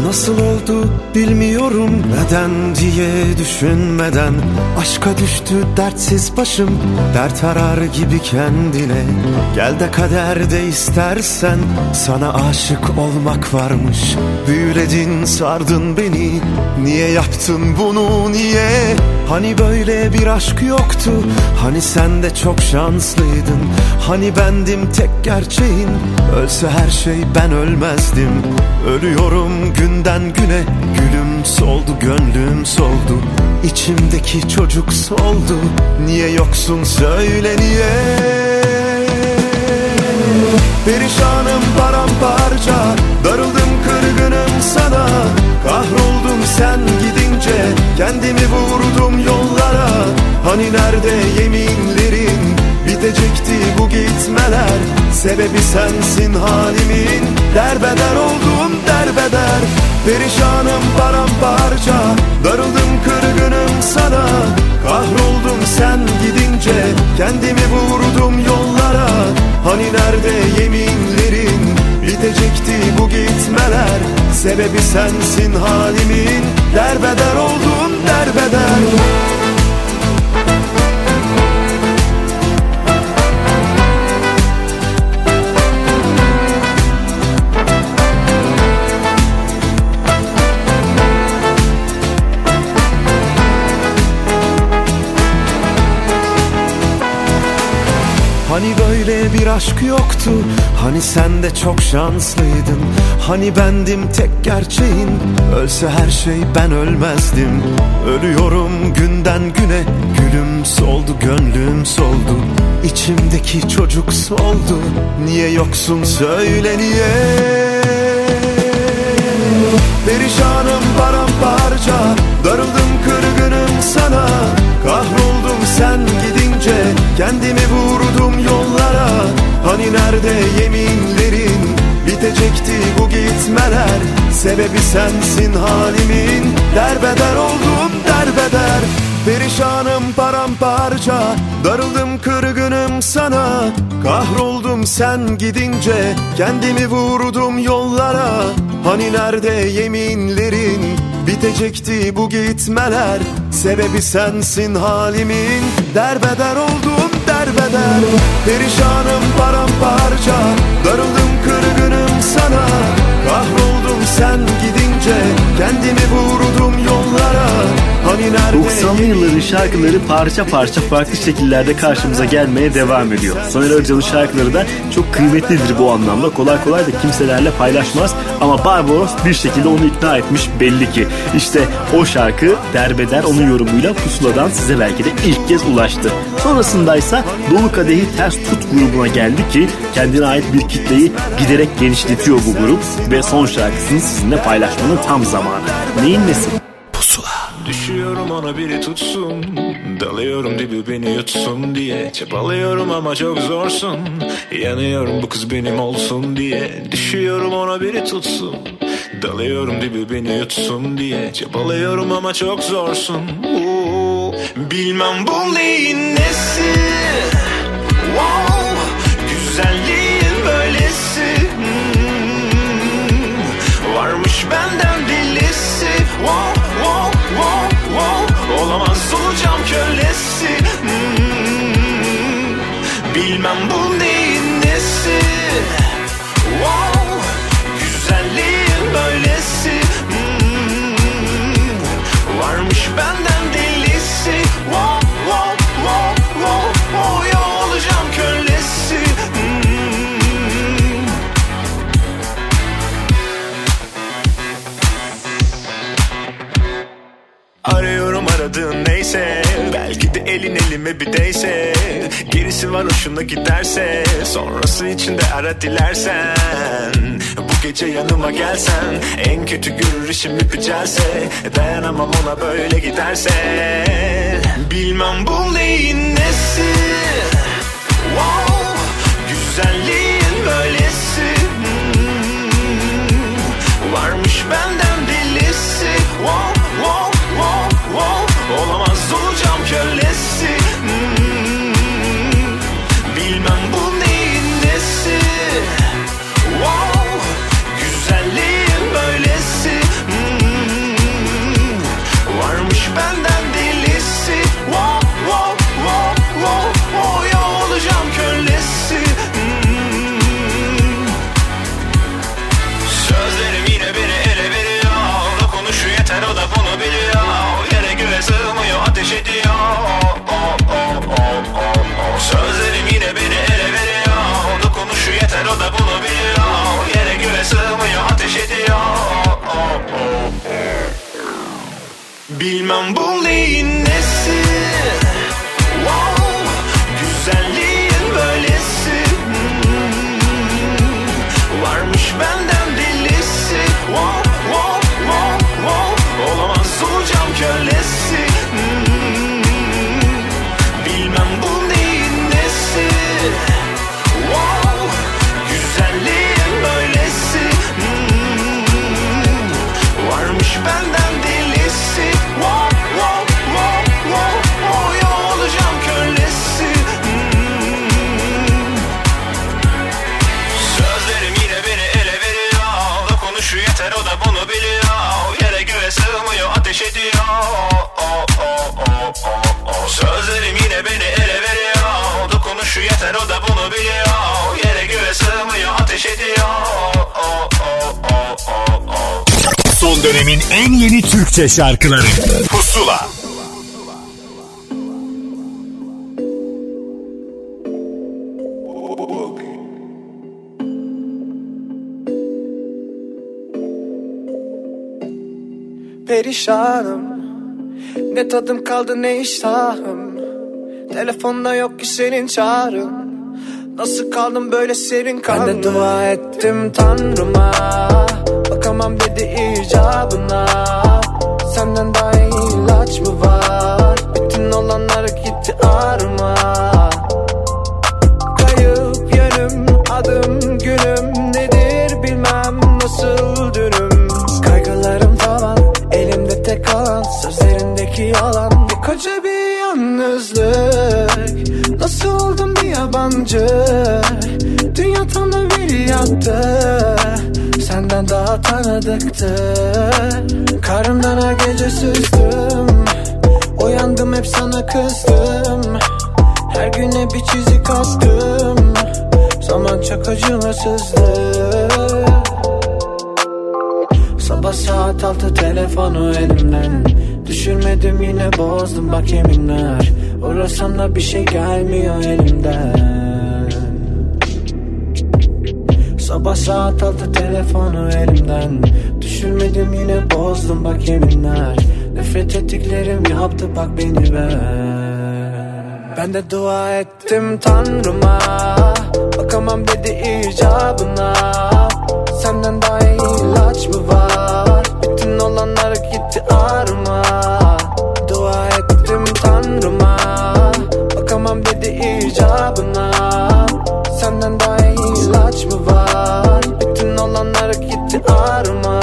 Nasıl oldu bilmiyorum, neden diye düşünmeden aşka düştü dertsiz başım. Dert arar gibi kendine, gel de kaderde istersen. Sana aşık olmak varmış, büyüledin sardın beni. Niye yaptın bunu, niye? Hani böyle bir aşk yoktu, hani sen de çok şanslıydın. Hani bendim tek gerçeğin, ölse her şey ben ölmezdim. Ölüyorum günden güne, gülüm soldu gönlüm soldu. İçimdeki çocuk soldu, niye yoksun söyle niye? Perişanım paramparça, darıldım kırgınım sana. Kahroldum sen gidince, kendimi vurdum yollara. Hani nerede yeminlerin, bitecekti bu gitmeler. Sebebi sensin halimin, derbeder oldum derbeder. Perişanım paramparça, darıldım kırgınım sana. Kahroldum sen gidince, kendimi vurdum yollara. Hani nerede yeminlerin, bitecekti bu gitmeler. Sebebi sensin halimin, derbeder oldum derbeder. Hani böyle bir aşk yoktu, hani sen de çok şanslıydın. Hani bendim tek gerçeğin, ölse her şey ben ölmezdim. Ölüyorum günden güne, gülüm soldu gönlüm soldu. İçimdeki çocuk soldu, niye yoksun söyle niye? Perişanım paramparça, darıldım kırgınım sana. Kahroldum sen gidince, kendimi vurdum yollara. Hani nerede yeminlerin, bitecekti bu gitmeler. Sebebi sensin halimin, derbeder oldum derbeder. Perişanım paramparça, darıldım kırgınım sana. Kahroldum sen gidince, kendimi vurdum yollara. Hani nerede yeminlerin, bitecekti bu gitmeler. Sebebi sensin halimin, derbeder oldum derbeder. Perişanım paramparça, darıldım kırgınım sana. Kahroldum sen gidince, kendimi vurdum yollara. Hani nerede 90'lı yılların şarkıları parça parça farklı şekillerde karşımıza gelmeye devam ediyor. Soner Arıcan'ın şarkıları da çok kıymetlidir bu anlamda. Kolay kolay da kimselerle paylaşmaz ama Barbaros bir şekilde onu ikna etmiş belli ki. İşte o şarkı Derbeder onun yorumuyla Pusula'dan size belki de ilk kez ulaştı. Sonrasındaysa Dolu Kadehi Ters Tut grubuna geldi ki kendine ait bir kitleyi giderek genişletiyor bu grup ve son şarkısını sizinle paylaşmanın tam zamanı. Neyin nesi? Pusula. Düşüyorum ona biri tutsun, dalıyorum dibi beni yutsun diye. Çabalıyorum ama çok zorsun, yanıyorum bu kız benim olsun diye. Düşüyorum ona biri tutsun, dalıyorum dibi beni yutsun diye. Çabalıyorum ama çok zorsun. Bilmem bu neyin nesi, wow, güzelliğin böylesi. Varmış benden delisi, wow, wow, wow, wow. Olamaz olacağım kölesi. Bilmem bu neyin nesi, wow, güzelliğin böylesi. Varmış benden delisi, wow, wow, wow, wow, wow. Ya olacağım kölesi. Arıyorum aradığın neyse, belki de elin elime bir değse. Gerisi var hoşuna giderse, sonrası için de ara dilersen. Bu gece yanıma gelsen, en kötü görür işim ipicelse. Dayanamam ona böyle giderse. Bilmem bu neyin nesi, wow, güzelliğin böylesi. Varmış benden delisi, wow, wow, wow, wow. Olamaz olacağım kölesi. Bilmem bu neyin nesi, wow, güzelliğin böylesi. ateş ediyor. Sözlerim yine beni ele veriyor. Dokunuşu yeter, o da bunu biliyor. Yere göre sığmıyor, ateş ediyor. Bilmem bu neyin nesi, wow, güzelliğin böylesi, varmış benden delisi, wow, wow, wow, wow, olamaz olacağım kölesi. Bilmem bu neyin nesi, wow, güzelliğin böylesi, varmış benden delisi, wow, wow, wow, wow, wow, ya olacağım kölesi. Sözlerim yine beni ele veriyor. Dokunuşu yeter, o da bunu biliyor. Yere göre sığmıyor, ateş ediyor. Sözlerim yine beni ele veriyor. Dokunuşu yeter, o da bunu biliyor. Yere göre sığmıyor, ateş ediyor. Son dönemin en yeni Türkçe şarkıları Pusula. Perişanım, ne tadım kaldı ne iştahım. Telefonda yok ki senin çağrın. Nasıl kaldım böyle serin kanlı. Ben de dua ettim Tanrıma, bakamam dedi icabına. Senden daha iyi ilaç mı var? Bütün olanlar gitti ağrıma. Kayıp yönüm, adım günüm nedir bilmem, nasıl dünüm. Kaygılarım tavan, elimde tek kalan sözlerindeki yalan. Bir koca bir yalnızlık, nasıl oldum bir yabancı. Dünya tam da bir yattı, senden daha tanıdıktı. Karnımdan her gece süzdüm, uyandım hep sana kızdım. Her güne bir çizik attım, zaman çok acımasızdı. Sabah saat 6 telefonu elimden düşürmedim, yine bozdum bak yeminler. Uğrasam da bir şey gelmiyor elimden. Sabah saat 6 telefonu elimden düşürmedim, yine bozdum bak yeminler. Nefret ettiklerim yaptı bak beni ver. Ben de dua ettim Tanrıma, bakamam dedi icabına. Senden daha iyi ilaç mı var? Bütün olanlar gitti ağrıma. Dua ettim Tanrıma, bakamam dedi icabına. Senden daha iyi ilaç mı var? Bütün olanlar gitti ağrıma.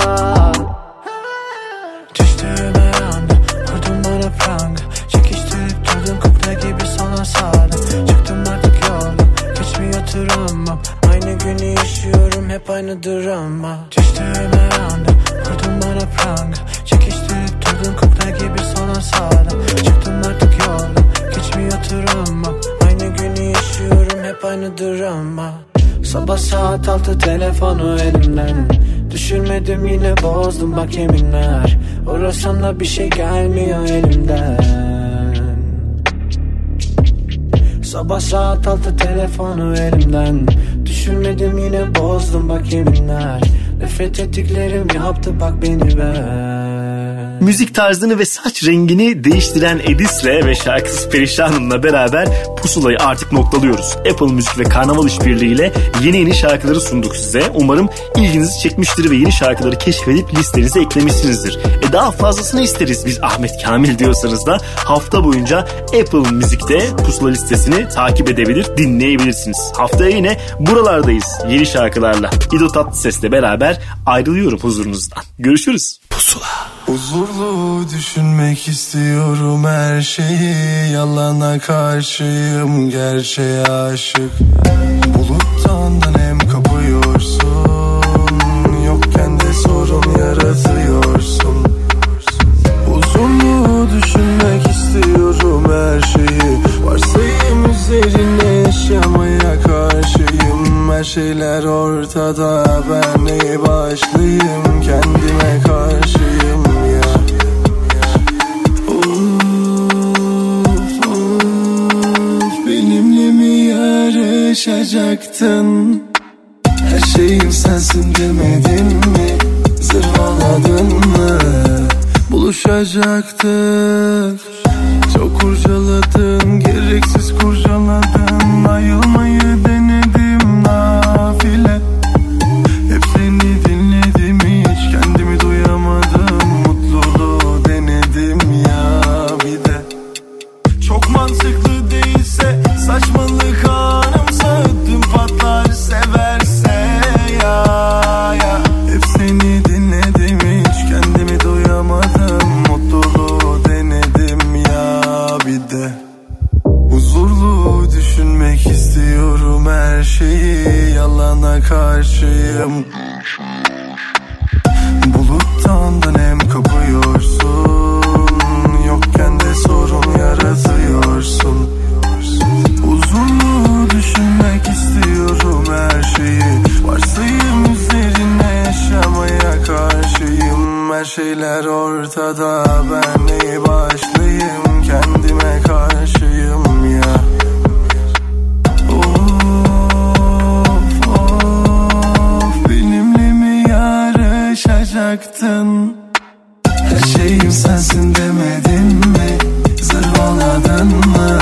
Düştüğüme anda vurdun bana pranga. Çekiştirip durdun kukla gibi sana sağdım. Çıktım artık yoldan, geçmiyor travmam. Aynı günü yaşıyorum, hep aynı drama. Düştüğüme anda vurdun bana pranga. Çekiştirip durdun kukla gibi sana sağdım. Çıktım artık yoldan, geçmiyor travmam. Aynı günü yaşıyorum, hep aynı drama. Sabah saat 6 telefonu elimden düşürmedim, yine bozdum bak yeminler. Uğrasam da bir şey gelmiyor elimden. Sabah saat 6 telefonu elimden düşürmedim, yine bozdum bak yeminler. Nefret ettiklerim yaptı bak beni ver. Müzik tarzını ve saç rengini değiştiren Edis'le ve şarkısı Perişanım'la beraber Pusula'yı artık noktalıyoruz. Apple Müzik ve Karnaval işbirliğiyle yeni şarkıları sunduk size. Umarım ilginizi çekmiştir ve yeni şarkıları keşfedip listenize eklemişsinizdir. Daha fazlasını isteriz biz Ahmet Kamil diyorsanız da hafta boyunca Apple Müzik'te Pusula listesini takip edebilir, dinleyebilirsiniz. Haftaya yine buralardayız yeni şarkılarla. İdo Tatlıses'le beraber ayrılıyorum huzurunuzdan. Görüşürüz. Pusula. Huzurlu düşünmek istiyorum her şeyi. Yalana karşıyım, gerçeğe aşık. Buluttan da nem kapıyorsun, yokken de sorun yaratıyorsun. Huzurlu düşünmek istiyorum her şeyi. Varsayım üzerine yaşamaya karşıyım. Her şeyler ortada, ben neye başlayayım? Kendime karşıyım ya. yaşayacaktın. Her şeyim sensin demedin mi? Zırvaladın mı? Buluşacaktık. Çok kurcaladın, gereksiz kurcaladın. Ayılmayı denedim nafile. Hep seni dinledim, hiç kendimi duyamadım. Mutluluğu denedim ya bir de. Çok mantıklı değilse, saçmalık anımsa, ödüm patlar severse ya. Hep seni dinledim, hiç kendimi duyamadım. Mutluluğu denedim ya bir de. Huzurlu düşünmek istiyorum her şeyi, yalana karşıyım. Buluttan da nem kapıyorsun, yokken de sorun yaratıyorsun. Huzurlu düşünmek istiyorum her şeyi, varsayım üzerine yaşamaya karşıyım. Her şeyler ortada, ben neyi başlayayım, kendime karşıyım ya. Of of, benimle mi yarışacaktın? Her şeyim sensin demedin mi? Zırvaladın mı?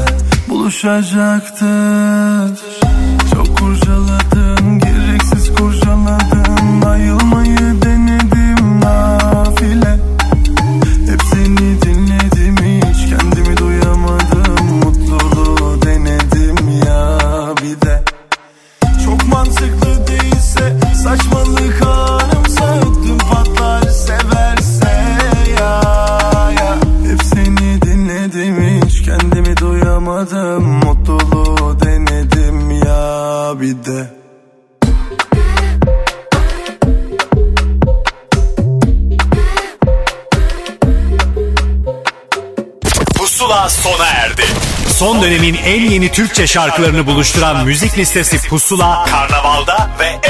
Buluşacaktık. Çok kurcaladın, gereksiz kurcaladın. Ayılmayı denedim nafile. Hep seni dinledim, hiç kendimi duyamadım. Mutluluğu denedim ya bir de. Çok mantıklı değilse, saçmalık anımsa, ödüm patlar severse ya. Hep seni dinledim, hiç kendimi duyamadım. Mutluluğu denedim ya bir de. Pusula sona erdi. Son dönemin en yeni Türkçe şarkılarını buluşturan müzik listesi Pusula, Karnaval'da ve